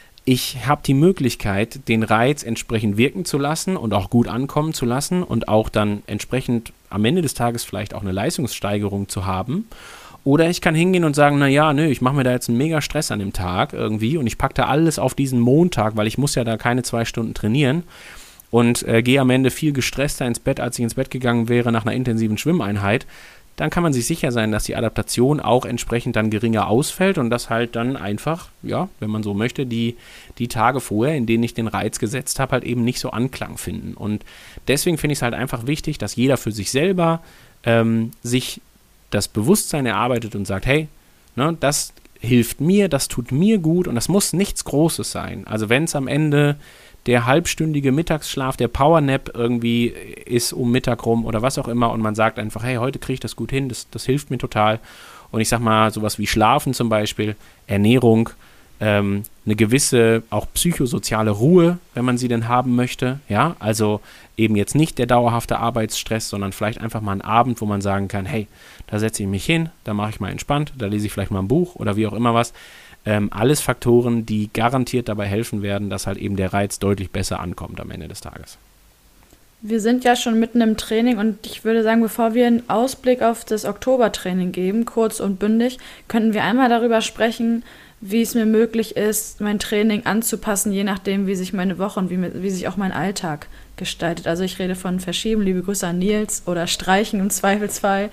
ich habe die Möglichkeit, den Reiz entsprechend wirken zu lassen und auch gut ankommen zu lassen und auch dann entsprechend am Ende des Tages vielleicht auch eine Leistungssteigerung zu haben. Oder ich kann hingehen und sagen, ich mache mir da jetzt einen mega Stress an dem Tag irgendwie und ich packe da alles auf diesen Montag, weil ich muss ja da keine 2 Stunden trainieren. Und gehe am Ende viel gestresster ins Bett, als ich ins Bett gegangen wäre nach einer intensiven Schwimmeinheit, dann kann man sich sicher sein, dass die Adaptation auch entsprechend dann geringer ausfällt und dass halt dann einfach, ja, wenn man so möchte, die Tage vorher, in denen ich den Reiz gesetzt habe, halt eben nicht so Anklang finden. Und deswegen finde ich es halt einfach wichtig, dass jeder für sich selber sich das Bewusstsein erarbeitet und sagt, hey, das hilft mir, das tut mir gut und das muss nichts Großes sein. Also wenn es am Ende der halbstündige Mittagsschlaf, der Powernap irgendwie ist um Mittag rum oder was auch immer und man sagt einfach, hey, heute kriege ich das gut hin, das hilft mir total. Und ich sag mal, sowas wie Schlafen zum Beispiel, Ernährung, eine gewisse auch psychosoziale Ruhe, wenn man sie denn haben möchte, ja, also eben jetzt nicht der dauerhafte Arbeitsstress, sondern vielleicht einfach mal einen Abend, wo man sagen kann, hey, da setze ich mich hin, da mache ich mal entspannt, da lese ich vielleicht mal ein Buch oder wie auch immer was. Alles Faktoren, die garantiert dabei helfen werden, dass halt eben der Reiz deutlich besser ankommt am Ende des Tages. Wir sind ja schon mitten im Training und ich würde sagen, bevor wir einen Ausblick auf das Oktobertraining geben, kurz und bündig, könnten wir einmal darüber sprechen, wie es mir möglich ist, mein Training anzupassen, je nachdem, wie sich meine Woche und wie sich auch mein Alltag gestaltet. Also ich rede von Verschieben, liebe Grüße an Nils, oder Streichen im Zweifelsfall.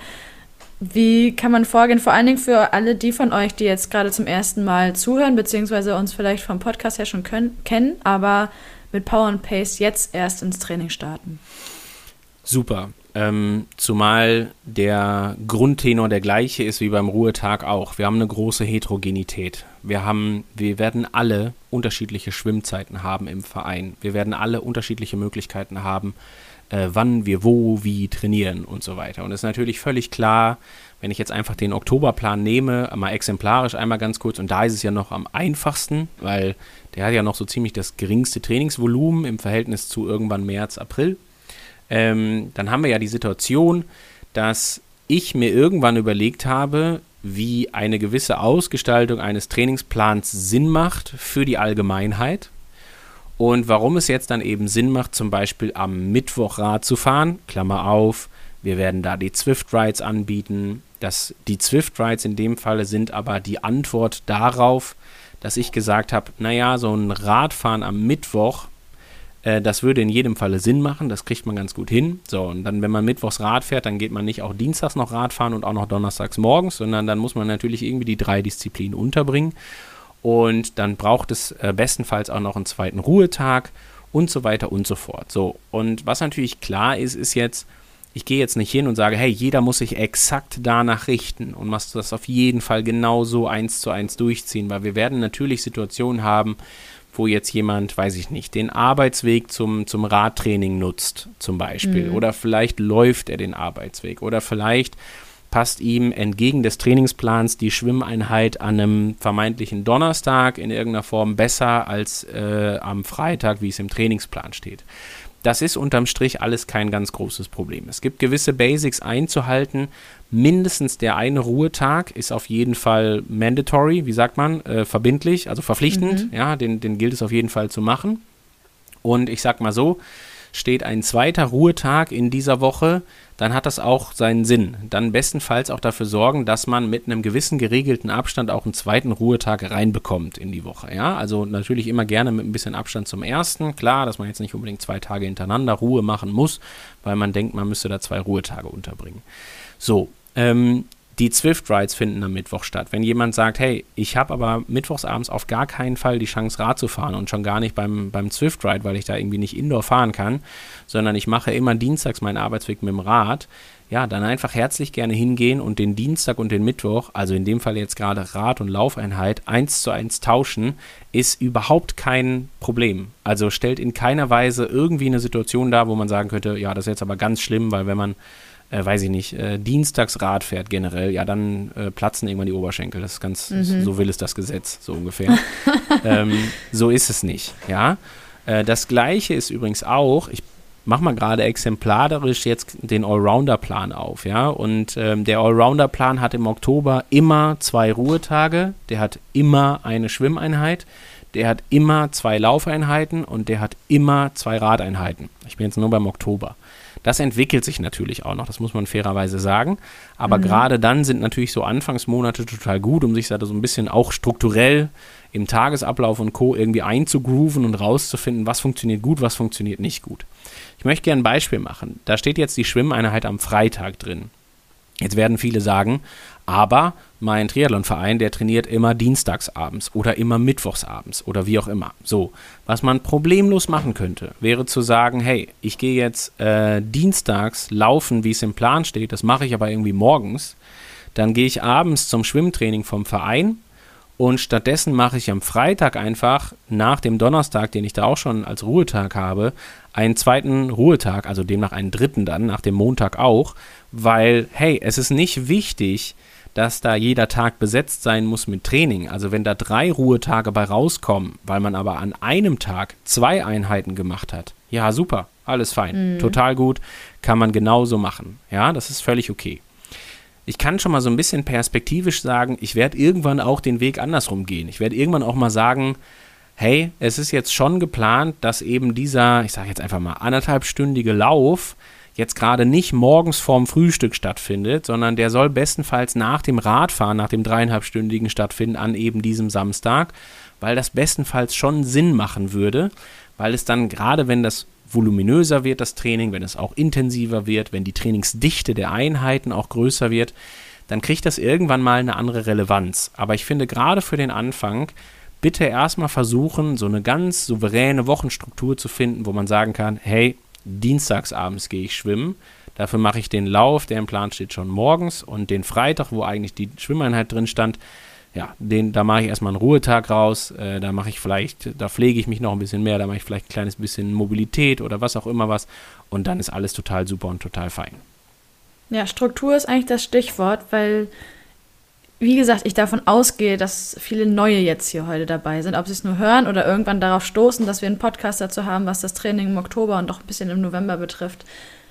Wie kann man vorgehen, vor allen Dingen für alle die von euch, die jetzt gerade zum ersten Mal zuhören, beziehungsweise uns vielleicht vom Podcast her schon kennen, aber mit Power and Pace jetzt erst ins Training starten? Super. Zumal der Grundtenor der gleiche ist wie beim Ruhetag auch. Wir haben eine große Heterogenität. Wir werden alle unterschiedliche Schwimmzeiten haben im Verein. Wir werden alle unterschiedliche Möglichkeiten haben, wann wir wie trainieren und so weiter. Und es ist natürlich völlig klar, wenn ich jetzt einfach den Oktoberplan nehme, mal exemplarisch einmal ganz kurz, und da ist es ja noch am einfachsten, weil der hat ja noch so ziemlich das geringste Trainingsvolumen im Verhältnis zu irgendwann März, April. Dann haben wir ja die Situation, dass ich mir irgendwann überlegt habe, wie eine gewisse Ausgestaltung eines Trainingsplans Sinn macht für die Allgemeinheit und warum es jetzt dann eben Sinn macht, zum Beispiel am Mittwoch Rad zu fahren, Klammer auf, wir werden da die Zwift Rides anbieten. Die Zwift Rides in dem Falle sind aber die Antwort darauf, dass ich gesagt habe, naja, so ein Radfahren am Mittwoch, das würde in jedem Falle Sinn machen, das kriegt man ganz gut hin. So, und dann, wenn man mittwochs Rad fährt, dann geht man nicht auch dienstags noch Rad fahren und auch noch donnerstags morgens, sondern dann muss man natürlich irgendwie die 3 Disziplinen unterbringen. Und dann braucht es bestenfalls auch noch einen zweiten Ruhetag und so weiter und so fort. So, und was natürlich klar ist, ist jetzt, ich gehe jetzt nicht hin und sage, hey, jeder muss sich exakt danach richten und muss das auf jeden Fall genauso 1:1 durchziehen, weil wir werden natürlich Situationen haben, wo jetzt jemand, weiß ich nicht, den Arbeitsweg zum Radtraining nutzt zum Beispiel. Oder vielleicht läuft er den Arbeitsweg. Oder vielleicht passt ihm entgegen des Trainingsplans die Schwimmeinheit an einem vermeintlichen Donnerstag in irgendeiner Form besser als am Freitag, wie es im Trainingsplan steht. Das ist unterm Strich alles kein ganz großes Problem. Es gibt gewisse Basics einzuhalten. Mindestens der eine Ruhetag ist auf jeden Fall mandatory, wie sagt man, verbindlich, also verpflichtend. Ja, den gilt es auf jeden Fall zu machen. Und ich sag mal so, steht ein zweiter Ruhetag in dieser Woche, dann hat das auch seinen Sinn. Dann bestenfalls auch dafür sorgen, dass man mit einem gewissen geregelten Abstand auch einen zweiten Ruhetag reinbekommt in die Woche. Ja, also natürlich immer gerne mit ein bisschen Abstand zum ersten. Klar, dass man jetzt nicht unbedingt 2 Tage hintereinander Ruhe machen muss, weil man denkt, man müsste da 2 Ruhetage unterbringen. So, die Zwift Rides finden am Mittwoch statt. Wenn jemand sagt, hey, ich habe aber mittwochsabends auf gar keinen Fall die Chance, Rad zu fahren und schon gar nicht beim Zwift Ride, weil ich da irgendwie nicht Indoor fahren kann, sondern ich mache immer dienstags meinen Arbeitsweg mit dem Rad, ja, dann einfach herzlich gerne hingehen und den Dienstag und den Mittwoch, also in dem Fall jetzt gerade Rad- und Laufeinheit, 1:1 tauschen, ist überhaupt kein Problem. Also stellt in keiner Weise irgendwie eine Situation dar, wo man sagen könnte, ja, das ist jetzt aber ganz schlimm, weil wenn man weiß ich nicht, dienstags Rad fährt generell, ja, dann platzen irgendwann die Oberschenkel. Das ist ganz, so will es das Gesetz, so ungefähr. So ist es nicht, ja. Das Gleiche ist übrigens auch, ich mache mal gerade exemplarisch jetzt den Allrounder-Plan auf, ja, und der Allrounder-Plan hat im Oktober immer 2 Ruhetage, der hat immer eine Schwimmeinheit, der hat immer 2 Laufeinheiten und der hat immer 2 Radeinheiten. Ich bin jetzt nur beim Oktober. Das entwickelt sich natürlich auch noch, das muss man fairerweise sagen. Aber gerade dann sind natürlich so Anfangsmonate total gut, um sich da so ein bisschen auch strukturell im Tagesablauf und Co. irgendwie einzugrooven und rauszufinden, was funktioniert gut, was funktioniert nicht gut. Ich möchte gerne ein Beispiel machen. Da steht jetzt die Schwimmeinheit am Freitag drin. Jetzt werden viele sagen, aber mein Triathlonverein, der trainiert immer dienstagsabends oder immer mittwochsabends oder wie auch immer. So, was man problemlos machen könnte, wäre zu sagen, hey, ich gehe jetzt dienstags laufen, wie es im Plan steht, das mache ich aber irgendwie morgens. Dann gehe ich abends zum Schwimmtraining vom Verein Und stattdessen mache ich am Freitag einfach nach dem Donnerstag, den ich da auch schon als Ruhetag habe, einen zweiten Ruhetag, also demnach einen dritten dann, nach dem Montag auch, weil, hey, es ist nicht wichtig, dass da jeder Tag besetzt sein muss mit Training. Also wenn da 3 Ruhetage bei rauskommen, weil man aber an einem Tag 2 Einheiten gemacht hat, ja, super, alles fein, total gut, kann man genauso machen. Ja, das ist völlig okay. Ich kann schon mal so ein bisschen perspektivisch sagen, ich werde irgendwann auch den Weg andersrum gehen. Ich werde irgendwann auch mal sagen, hey, es ist jetzt schon geplant, dass eben dieser, ich sage jetzt einfach mal, 1,5-stündige Lauf jetzt gerade nicht morgens vorm Frühstück stattfindet, sondern der soll bestenfalls nach dem Radfahren, nach dem 3,5-stündigen stattfinden an eben diesem Samstag, weil das bestenfalls schon Sinn machen würde, weil es dann gerade, wenn das voluminöser wird, das Training, wenn es auch intensiver wird, wenn die Trainingsdichte der Einheiten auch größer wird, dann kriegt das irgendwann mal eine andere Relevanz. Aber ich finde, gerade für den Anfang, bitte erstmal versuchen, so eine ganz souveräne Wochenstruktur zu finden, wo man sagen kann, hey, dienstagsabends gehe ich schwimmen, dafür mache ich den Lauf, der im Plan steht, schon morgens, und den Freitag, wo eigentlich die Schwimmeinheit drin stand, ja, da mache ich erstmal einen Ruhetag raus, da pflege ich mich noch ein bisschen mehr, da mache ich vielleicht ein kleines bisschen Mobilität oder was auch immer was, und dann ist alles total super und total fein. Ja, Struktur ist eigentlich das Stichwort, weil, wie gesagt, ich davon ausgehe, dass viele Neue jetzt hier heute dabei sind, ob sie es nur hören oder irgendwann darauf stoßen, dass wir einen Podcast dazu haben, was das Training im Oktober und auch ein bisschen im November betrifft.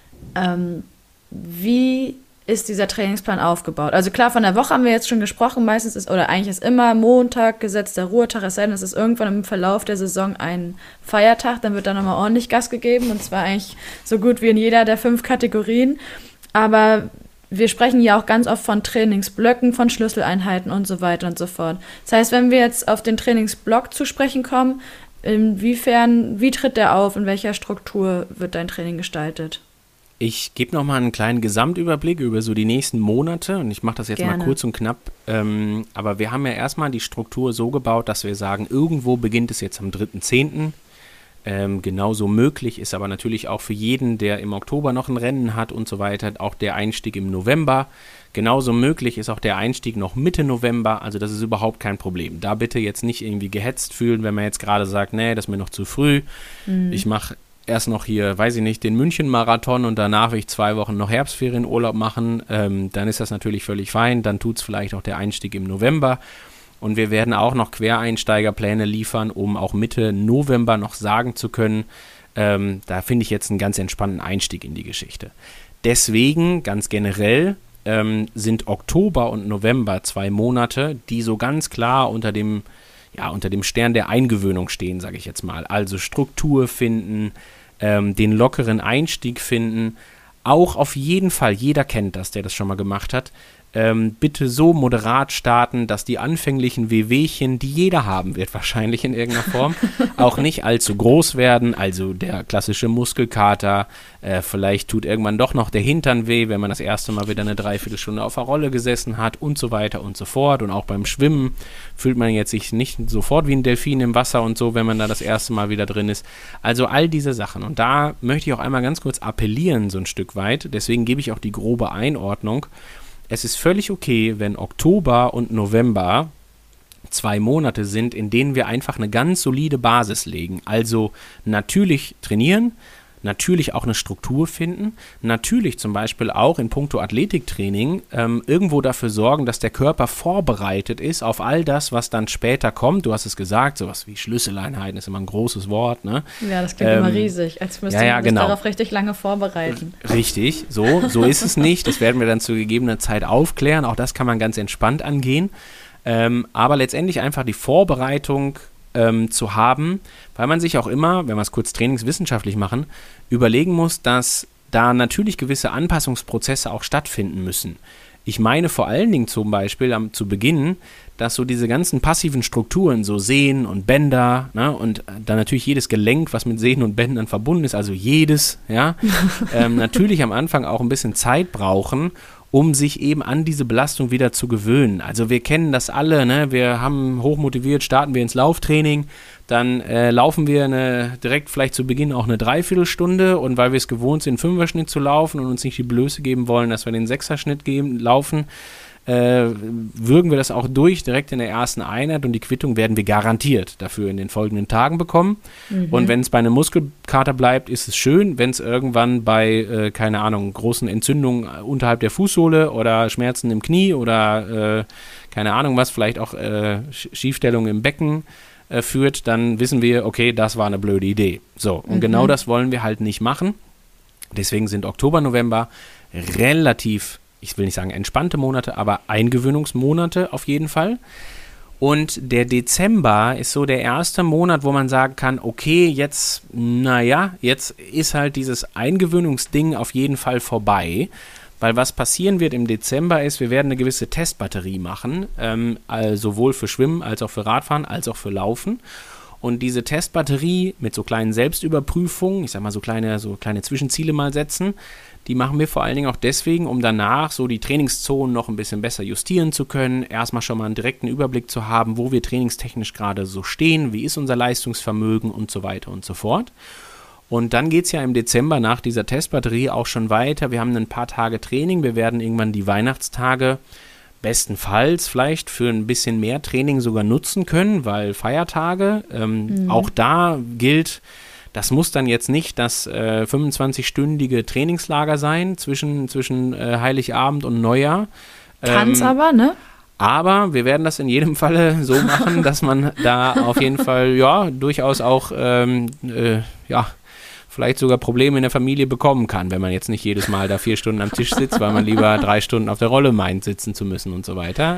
Wie ist dieser Trainingsplan aufgebaut? Also klar, von der Woche haben wir jetzt schon gesprochen, meistens ist, oder eigentlich ist immer Montag gesetzter Ruhetag, es sei denn, es ist irgendwann im Verlauf der Saison ein Feiertag, dann wird da nochmal ordentlich Gas gegeben, und zwar eigentlich so gut wie in jeder der 5 Kategorien. Aber wir sprechen ja auch ganz oft von Trainingsblöcken, von Schlüsseleinheiten und so weiter und so fort. Das heißt, wenn wir jetzt auf den Trainingsblock zu sprechen kommen, wie tritt der auf, in welcher Struktur wird dein Training gestaltet? Ich gebe nochmal einen kleinen Gesamtüberblick über so die nächsten Monate, und ich mache das jetzt Gerne. mal kurz und knapp, aber wir haben ja erstmal die Struktur so gebaut, dass wir sagen, irgendwo beginnt es jetzt am 3.10., genauso möglich ist aber natürlich auch für jeden, der im Oktober noch ein Rennen hat und so weiter, auch der Einstieg im November. Genauso möglich ist auch der Einstieg noch Mitte November, also das ist überhaupt kein Problem. Da bitte jetzt nicht irgendwie gehetzt fühlen, wenn man jetzt gerade sagt, nee, das ist mir noch zu früh. Ich mache erst noch hier, weiß ich nicht, den München-Marathon und danach will ich 2 Wochen noch Herbstferienurlaub machen, dann ist das natürlich völlig fein, dann tut es vielleicht auch der Einstieg im November. Und wir werden auch noch Quereinsteigerpläne liefern, um auch Mitte November noch sagen zu können, da finde ich jetzt einen ganz entspannten Einstieg in die Geschichte. Deswegen, ganz generell, sind Oktober und November 2 Monate, die so ganz klar unter dem Stern der Eingewöhnung stehen, sage ich jetzt mal. Also Struktur finden, den lockeren Einstieg finden. Auch auf jeden Fall, jeder kennt das, der das schon mal gemacht hat, bitte so moderat starten, dass die anfänglichen Wehwehchen, die jeder haben wird, wahrscheinlich in irgendeiner Form, auch nicht allzu groß werden. Also der klassische Muskelkater, vielleicht tut irgendwann doch noch der Hintern weh, wenn man das erste Mal wieder eine Dreiviertelstunde auf der Rolle gesessen hat und so weiter und so fort. Und auch beim Schwimmen fühlt man jetzt sich nicht sofort wie ein Delfin im Wasser und so, wenn man da das erste Mal wieder drin ist. Also all diese Sachen. Und da möchte ich auch einmal ganz kurz appellieren, so ein Stück weit. Deswegen gebe ich auch die grobe Einordnung. Es ist völlig okay, wenn Oktober und November 2 Monate sind, in denen wir einfach eine ganz solide Basis legen. Also natürlich trainieren, natürlich auch eine Struktur finden, natürlich zum Beispiel auch in puncto Athletiktraining irgendwo dafür sorgen, dass der Körper vorbereitet ist auf all das, was dann später kommt. Du hast es gesagt, sowas wie Schlüsseleinheiten ist immer ein großes Wort, ne? Ja, das klingt immer riesig, als müsste man sich darauf richtig lange vorbereiten. Richtig, so ist es nicht. Das werden wir dann zu gegebener Zeit aufklären. Auch das kann man ganz entspannt angehen. Aber letztendlich einfach die Vorbereitung zu haben, weil man sich auch immer, wenn wir es kurz trainingswissenschaftlich machen, überlegen muss, dass da natürlich gewisse Anpassungsprozesse auch stattfinden müssen. Ich meine vor allen Dingen zum Beispiel zu Beginn, dass so diese ganzen passiven Strukturen, so Sehnen und Bänder, ne, und dann natürlich jedes Gelenk, was mit Sehnen und Bändern verbunden ist, also jedes, ja, natürlich am Anfang auch ein bisschen Zeit brauchen, um sich eben an diese Belastung wieder zu gewöhnen. Also wir kennen das alle, ne? Wir haben hochmotiviert, starten wir ins Lauftraining, dann laufen wir direkt vielleicht zu Beginn auch eine Dreiviertelstunde, und weil wir es gewohnt sind, 5er-Schnitt zu laufen und uns nicht die Blöße geben wollen, dass wir den 6er-Schnitt laufen, würgen wir das auch durch, direkt in der ersten Einheit und die Quittung werden wir garantiert dafür in den folgenden Tagen bekommen. Und wenn es bei einem Muskelkater bleibt, ist es schön. Wenn es irgendwann bei, keine Ahnung, großen Entzündungen unterhalb der Fußsohle oder Schmerzen im Knie oder keine Ahnung was, vielleicht auch Schiefstellung im Becken führt, dann wissen wir, okay, das war eine blöde Idee. So, und genau das wollen wir halt nicht machen. Deswegen sind Oktober, November relativ, ich will nicht sagen entspannte Monate, aber Eingewöhnungsmonate auf jeden Fall. Und der Dezember ist so der erste Monat, wo man sagen kann, okay, jetzt ist halt dieses Eingewöhnungsding auf jeden Fall vorbei. Weil was passieren wird im Dezember ist, wir werden eine gewisse Testbatterie machen, sowohl für Schwimmen als auch für Radfahren, als auch für Laufen. Und diese Testbatterie mit so kleinen Selbstüberprüfungen, ich sag mal so kleine Zwischenziele mal setzen, die machen wir vor allen Dingen auch deswegen, um danach so die Trainingszonen noch ein bisschen besser justieren zu können, erstmal schon mal einen direkten Überblick zu haben, wo wir trainingstechnisch gerade so stehen, wie ist unser Leistungsvermögen und so weiter und so fort. Und dann geht es ja im Dezember nach dieser Testbatterie auch schon weiter. Wir haben ein paar Tage Training. Wir werden irgendwann die Weihnachtstage bestenfalls vielleicht für ein bisschen mehr Training sogar nutzen können, weil Feiertage, auch da gilt, das muss dann jetzt nicht das 25-stündige Trainingslager sein zwischen Heiligabend und Neujahr. Kann's aber, ne? Aber wir werden das in jedem Falle so machen, dass man da auf jeden Fall, durchaus auch, vielleicht sogar Probleme in der Familie bekommen kann, wenn man jetzt nicht jedes Mal da 4 Stunden am Tisch sitzt, weil man lieber 3 Stunden auf der Rolle meint, sitzen zu müssen und so weiter.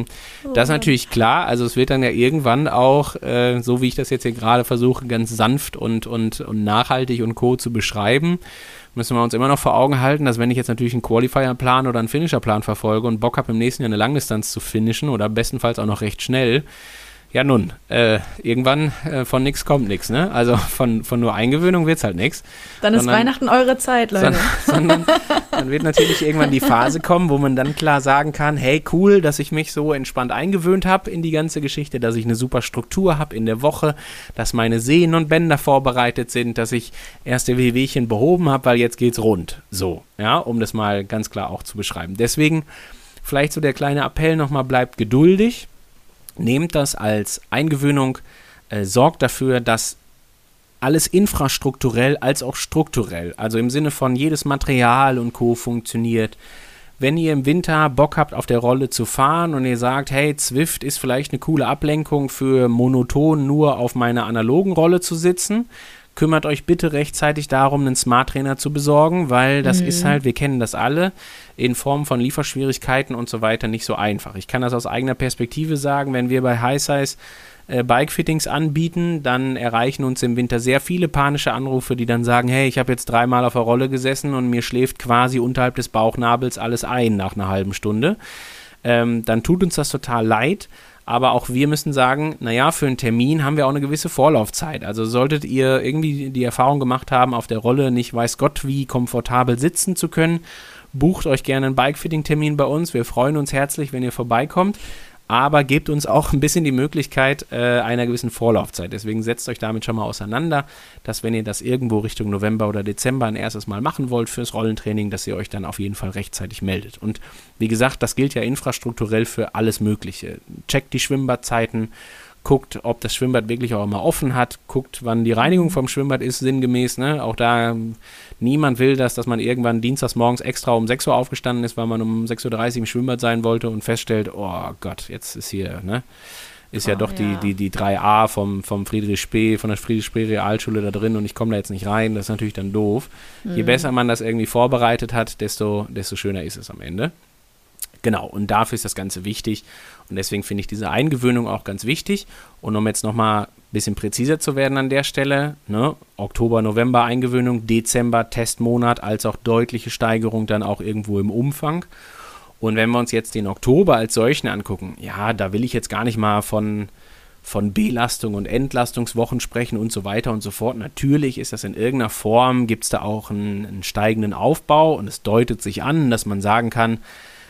Das ist natürlich klar, also es wird dann ja irgendwann auch, so wie ich das jetzt hier gerade versuche, ganz sanft und nachhaltig und Co. zu beschreiben, müssen wir uns immer noch vor Augen halten, dass wenn ich jetzt natürlich einen Qualifier-Plan oder einen Finisher-Plan verfolge und Bock habe, im nächsten Jahr eine Langdistanz zu finishen oder bestenfalls auch noch recht schnell, ja nun, irgendwann von nix kommt nix, ne? Also von nur Eingewöhnung wird's halt nix. Dann ist Weihnachten eure Zeit, Leute. Sondern dann wird natürlich irgendwann die Phase kommen, wo man dann klar sagen kann, hey, cool, dass ich mich so entspannt eingewöhnt habe in die ganze Geschichte, dass ich eine super Struktur habe in der Woche, dass meine Sehnen und Bänder vorbereitet sind, dass ich erste Wehwehchen behoben habe, weil jetzt geht's rund. So, ja, um das mal ganz klar auch zu beschreiben. Deswegen vielleicht so der kleine Appell nochmal, bleibt geduldig. Nehmt das als Eingewöhnung, sorgt dafür, dass alles infrastrukturell als auch strukturell, also im Sinne von jedes Material und Co. funktioniert. Wenn ihr im Winter Bock habt, auf der Rolle zu fahren und ihr sagt, hey, Zwift ist vielleicht eine coole Ablenkung für monoton nur auf meiner analogen Rolle zu sitzen, kümmert euch bitte rechtzeitig darum, einen Smart Trainer zu besorgen, weil das ist halt, wir kennen das alle, in Form von Lieferschwierigkeiten und so weiter nicht so einfach. Ich kann das aus eigener Perspektive sagen, wenn wir bei HiSize Bikefittings anbieten, dann erreichen uns im Winter sehr viele panische Anrufe, die dann sagen, hey, ich habe jetzt 3-mal auf der Rolle gesessen und mir schläft quasi unterhalb des Bauchnabels alles ein nach einer halben Stunde. Dann tut uns das total leid. Aber auch wir müssen sagen, naja, für einen Termin haben wir auch eine gewisse Vorlaufzeit. Also solltet ihr irgendwie die Erfahrung gemacht haben, auf der Rolle nicht weiß Gott wie komfortabel sitzen zu können, bucht euch gerne einen Bikefitting-Termin bei uns. Wir freuen uns herzlich, wenn ihr vorbeikommt. Aber gebt uns auch ein bisschen die Möglichkeit einer gewissen Vorlaufzeit. Deswegen setzt euch damit schon mal auseinander, dass wenn ihr das irgendwo Richtung November oder Dezember ein erstes Mal machen wollt fürs Rollentraining, dass ihr euch dann auf jeden Fall rechtzeitig meldet. Und wie gesagt, das gilt ja infrastrukturell für alles Mögliche. Checkt die Schwimmbadzeiten, guckt, ob das Schwimmbad wirklich auch immer offen hat, guckt, wann die Reinigung vom Schwimmbad ist, sinngemäß, ne? Auch da, niemand will das, dass man irgendwann dienstags morgens extra um 6 Uhr aufgestanden ist, weil man um 6.30 Uhr im Schwimmbad sein wollte und feststellt, oh Gott, jetzt ist hier, ne? Ist ja doch die 3a von der Friedrich-Spee Realschule da drin und ich komme da jetzt nicht rein, das ist natürlich dann doof. Je besser man das irgendwie vorbereitet hat, desto schöner ist es am Ende. Genau, und dafür ist das Ganze wichtig und deswegen finde ich diese Eingewöhnung auch ganz wichtig. Und um jetzt nochmal ein bisschen präziser zu werden an der Stelle, ne, Oktober, November Eingewöhnung, Dezember Testmonat, als auch deutliche Steigerung dann auch irgendwo im Umfang. Und wenn wir uns jetzt den Oktober als solchen angucken, ja, da will ich jetzt gar nicht mal von Belastung und Entlastungswochen sprechen und so weiter und so fort. Natürlich ist das in irgendeiner Form, gibt es da auch einen steigenden Aufbau und es deutet sich an, dass man sagen kann,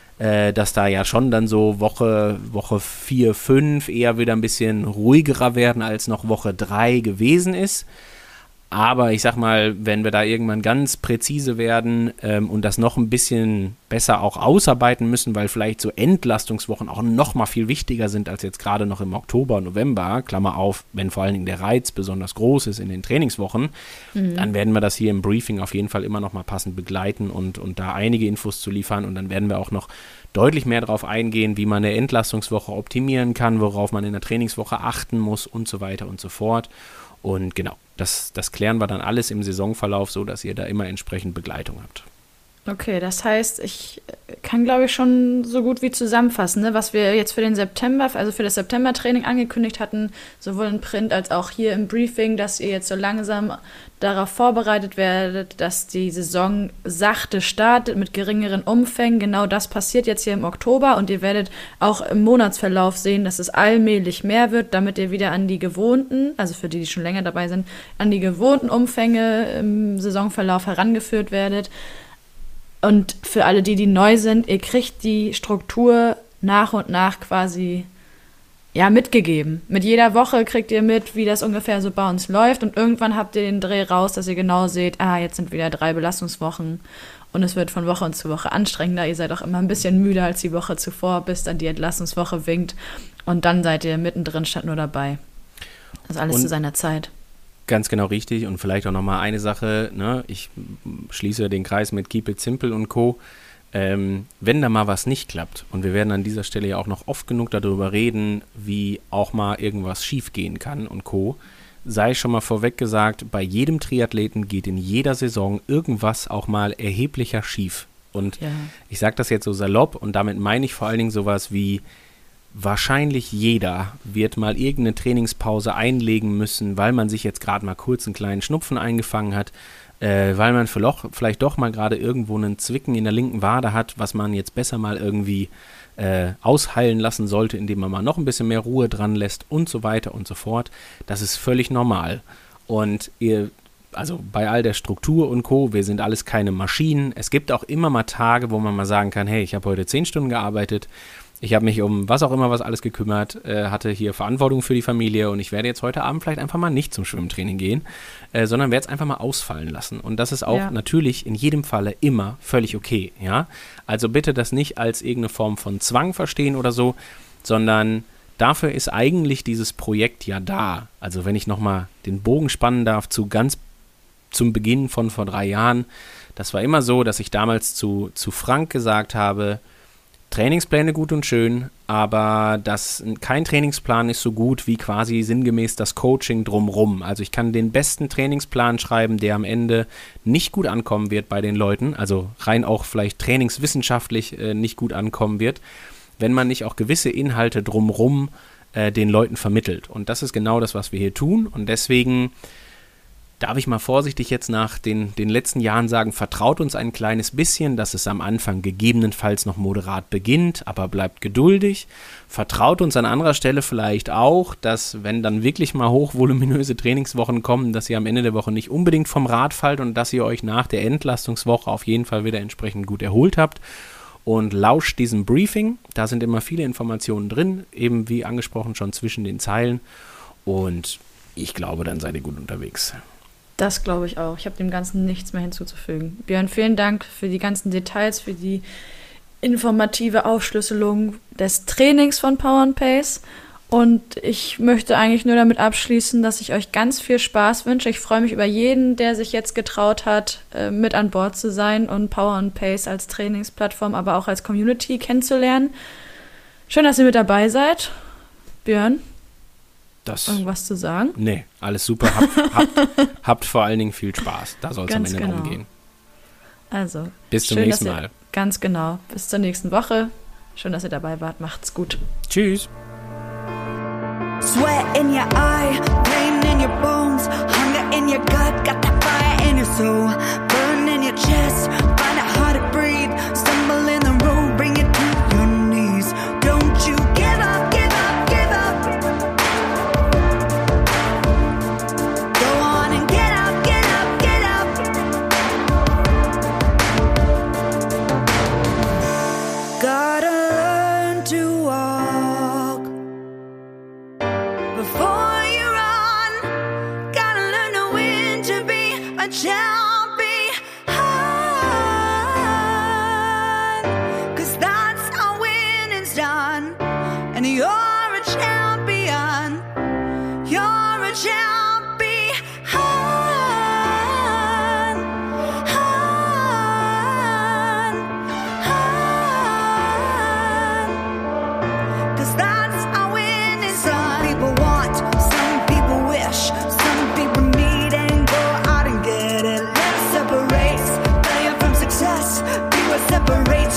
dass da ja schon dann so Woche 4, 5 eher wieder ein bisschen ruhigerer werden, als noch Woche 3 gewesen ist. Aber ich sag mal, wenn wir da irgendwann ganz präzise werden und das noch ein bisschen besser auch ausarbeiten müssen, weil vielleicht so Entlastungswochen auch noch mal viel wichtiger sind als jetzt gerade noch im Oktober, November, Klammer auf, wenn vor allen Dingen der Reiz besonders groß ist in den Trainingswochen, dann werden wir das hier im Briefing auf jeden Fall immer noch mal passend begleiten und da einige Infos zu liefern. Und dann werden wir auch noch deutlich mehr darauf eingehen, wie man eine Entlastungswoche optimieren kann, worauf man in der Trainingswoche achten muss und so weiter und so fort. Und genau, das klären wir dann alles im Saisonverlauf, so dass ihr da immer entsprechend Begleitung habt. Okay, das heißt, ich kann, glaube ich, schon so gut wie zusammenfassen, ne, was wir jetzt für den September, also für das September-Training angekündigt hatten, sowohl in Print als auch hier im Briefing, dass ihr jetzt so langsam darauf vorbereitet werdet, dass die Saison sachte startet mit geringeren Umfängen. Genau das passiert jetzt hier im Oktober und ihr werdet auch im Monatsverlauf sehen, dass es allmählich mehr wird, damit ihr wieder an die gewohnten, also für die schon länger dabei sind, an die gewohnten Umfänge im Saisonverlauf herangeführt werdet. Und für alle, die neu sind, ihr kriegt die Struktur nach und nach quasi mitgegeben. Mit jeder Woche kriegt ihr mit, wie das ungefähr so bei uns läuft. Und irgendwann habt ihr den Dreh raus, dass ihr genau seht, jetzt sind wieder 3 Belastungswochen. Und es wird von Woche zu Woche anstrengender. Ihr seid auch immer ein bisschen müder als die Woche zuvor, bis dann die Entlastungswoche winkt. Und dann seid ihr mittendrin statt nur dabei. Das ist alles zu seiner Zeit. Ganz genau richtig und vielleicht auch nochmal eine Sache, ne? Ich schließe den Kreis mit Keep It Simple und Co. Wenn da mal was nicht klappt und wir werden an dieser Stelle ja auch noch oft genug darüber reden, wie auch mal irgendwas schief gehen kann und Co., sei schon mal vorweg gesagt, bei jedem Triathleten geht in jeder Saison irgendwas auch mal erheblicher schief. Und ich sage das jetzt so salopp und damit meine ich vor allen Dingen sowas wie wahrscheinlich jeder wird mal irgendeine Trainingspause einlegen müssen, weil man sich jetzt gerade mal kurz einen kleinen Schnupfen eingefangen hat, weil man vielleicht doch mal gerade irgendwo einen Zwicken in der linken Wade hat, was man jetzt besser mal irgendwie ausheilen lassen sollte, indem man mal noch ein bisschen mehr Ruhe dran lässt und so weiter und so fort. Das ist völlig normal. Und also bei all der Struktur und Co., wir sind alles keine Maschinen. Es gibt auch immer mal Tage, wo man mal sagen kann, hey, ich habe heute 10 Stunden gearbeitet, ich habe mich um was auch immer was alles gekümmert, hatte hier Verantwortung für die Familie und ich werde jetzt heute Abend vielleicht einfach mal nicht zum Schwimmtraining gehen, sondern werde es einfach mal ausfallen lassen. Und das ist auch natürlich in jedem Falle immer völlig okay, ja. Also bitte das nicht als irgendeine Form von Zwang verstehen oder so, sondern dafür ist eigentlich dieses Projekt ja da. Also wenn ich nochmal den Bogen spannen darf zum Beginn von vor 3 Jahren, das war immer so, dass ich damals zu Frank gesagt habe, Trainingspläne gut und schön, aber kein Trainingsplan ist so gut wie quasi sinngemäß das Coaching drumrum. Also ich kann den besten Trainingsplan schreiben, der am Ende nicht gut ankommen wird bei den Leuten, also rein auch vielleicht trainingswissenschaftlich nicht gut ankommen wird, wenn man nicht auch gewisse Inhalte drumrum den Leuten vermittelt. Und das ist genau das, was wir hier tun. Und deswegen darf ich mal vorsichtig jetzt nach den letzten Jahren sagen, vertraut uns ein kleines bisschen, dass es am Anfang gegebenenfalls noch moderat beginnt, aber bleibt geduldig. Vertraut uns an anderer Stelle vielleicht auch, dass wenn dann wirklich mal hochvoluminöse Trainingswochen kommen, dass ihr am Ende der Woche nicht unbedingt vom Rad fallt und dass ihr euch nach der Entlastungswoche auf jeden Fall wieder entsprechend gut erholt habt. Und lauscht diesem Briefing, da sind immer viele Informationen drin, eben wie angesprochen schon zwischen den Zeilen. Und ich glaube, dann seid ihr gut unterwegs. Das glaube ich auch. Ich habe dem Ganzen nichts mehr hinzuzufügen. Björn, vielen Dank für die ganzen Details, für die informative Aufschlüsselung des Trainings von Power & Pace. Und ich möchte eigentlich nur damit abschließen, dass ich euch ganz viel Spaß wünsche. Ich freue mich über jeden, der sich jetzt getraut hat, mit an Bord zu sein und Power & Pace als Trainingsplattform, aber auch als Community kennenzulernen. Schön, dass ihr mit dabei seid. Björn? Irgendwas zu sagen? Nee, alles super. Habt vor allen Dingen viel Spaß. Da soll es am Ende drum gehen. Also, bis zum nächsten Mal. Ganz genau. Bis zur nächsten Woche. Schön, dass ihr dabei wart. Macht's gut. Tschüss. Sweat in your eye, pain in your bones, hunger in your gut, got that fire in your soul, burn in your chest, find it hard to breathe, stumble in the road, bring it to your knees. Don't you give up, give up, give up. Go on and get up, get up, get up. Gotta learn to walk before you run. Gotta learn to win to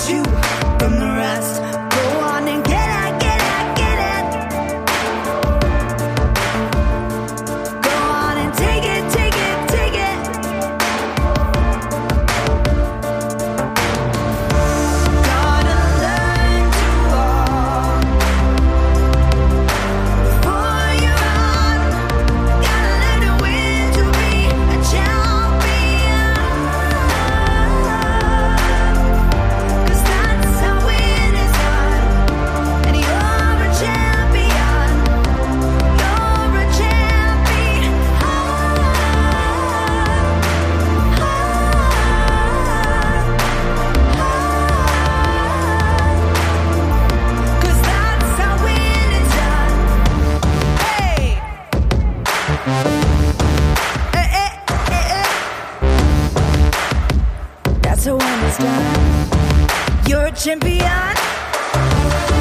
you from the rest. Go on and get it, get it, get it. Go on and take it, take it, take it. Gotta learn to walk before you're on. Gotta learn to win to be a champion. 'Cause that's how win is done. And you're a champion. You're a champion. 'Cause that's how win is done. Hey. That's how win is done. You're a champion.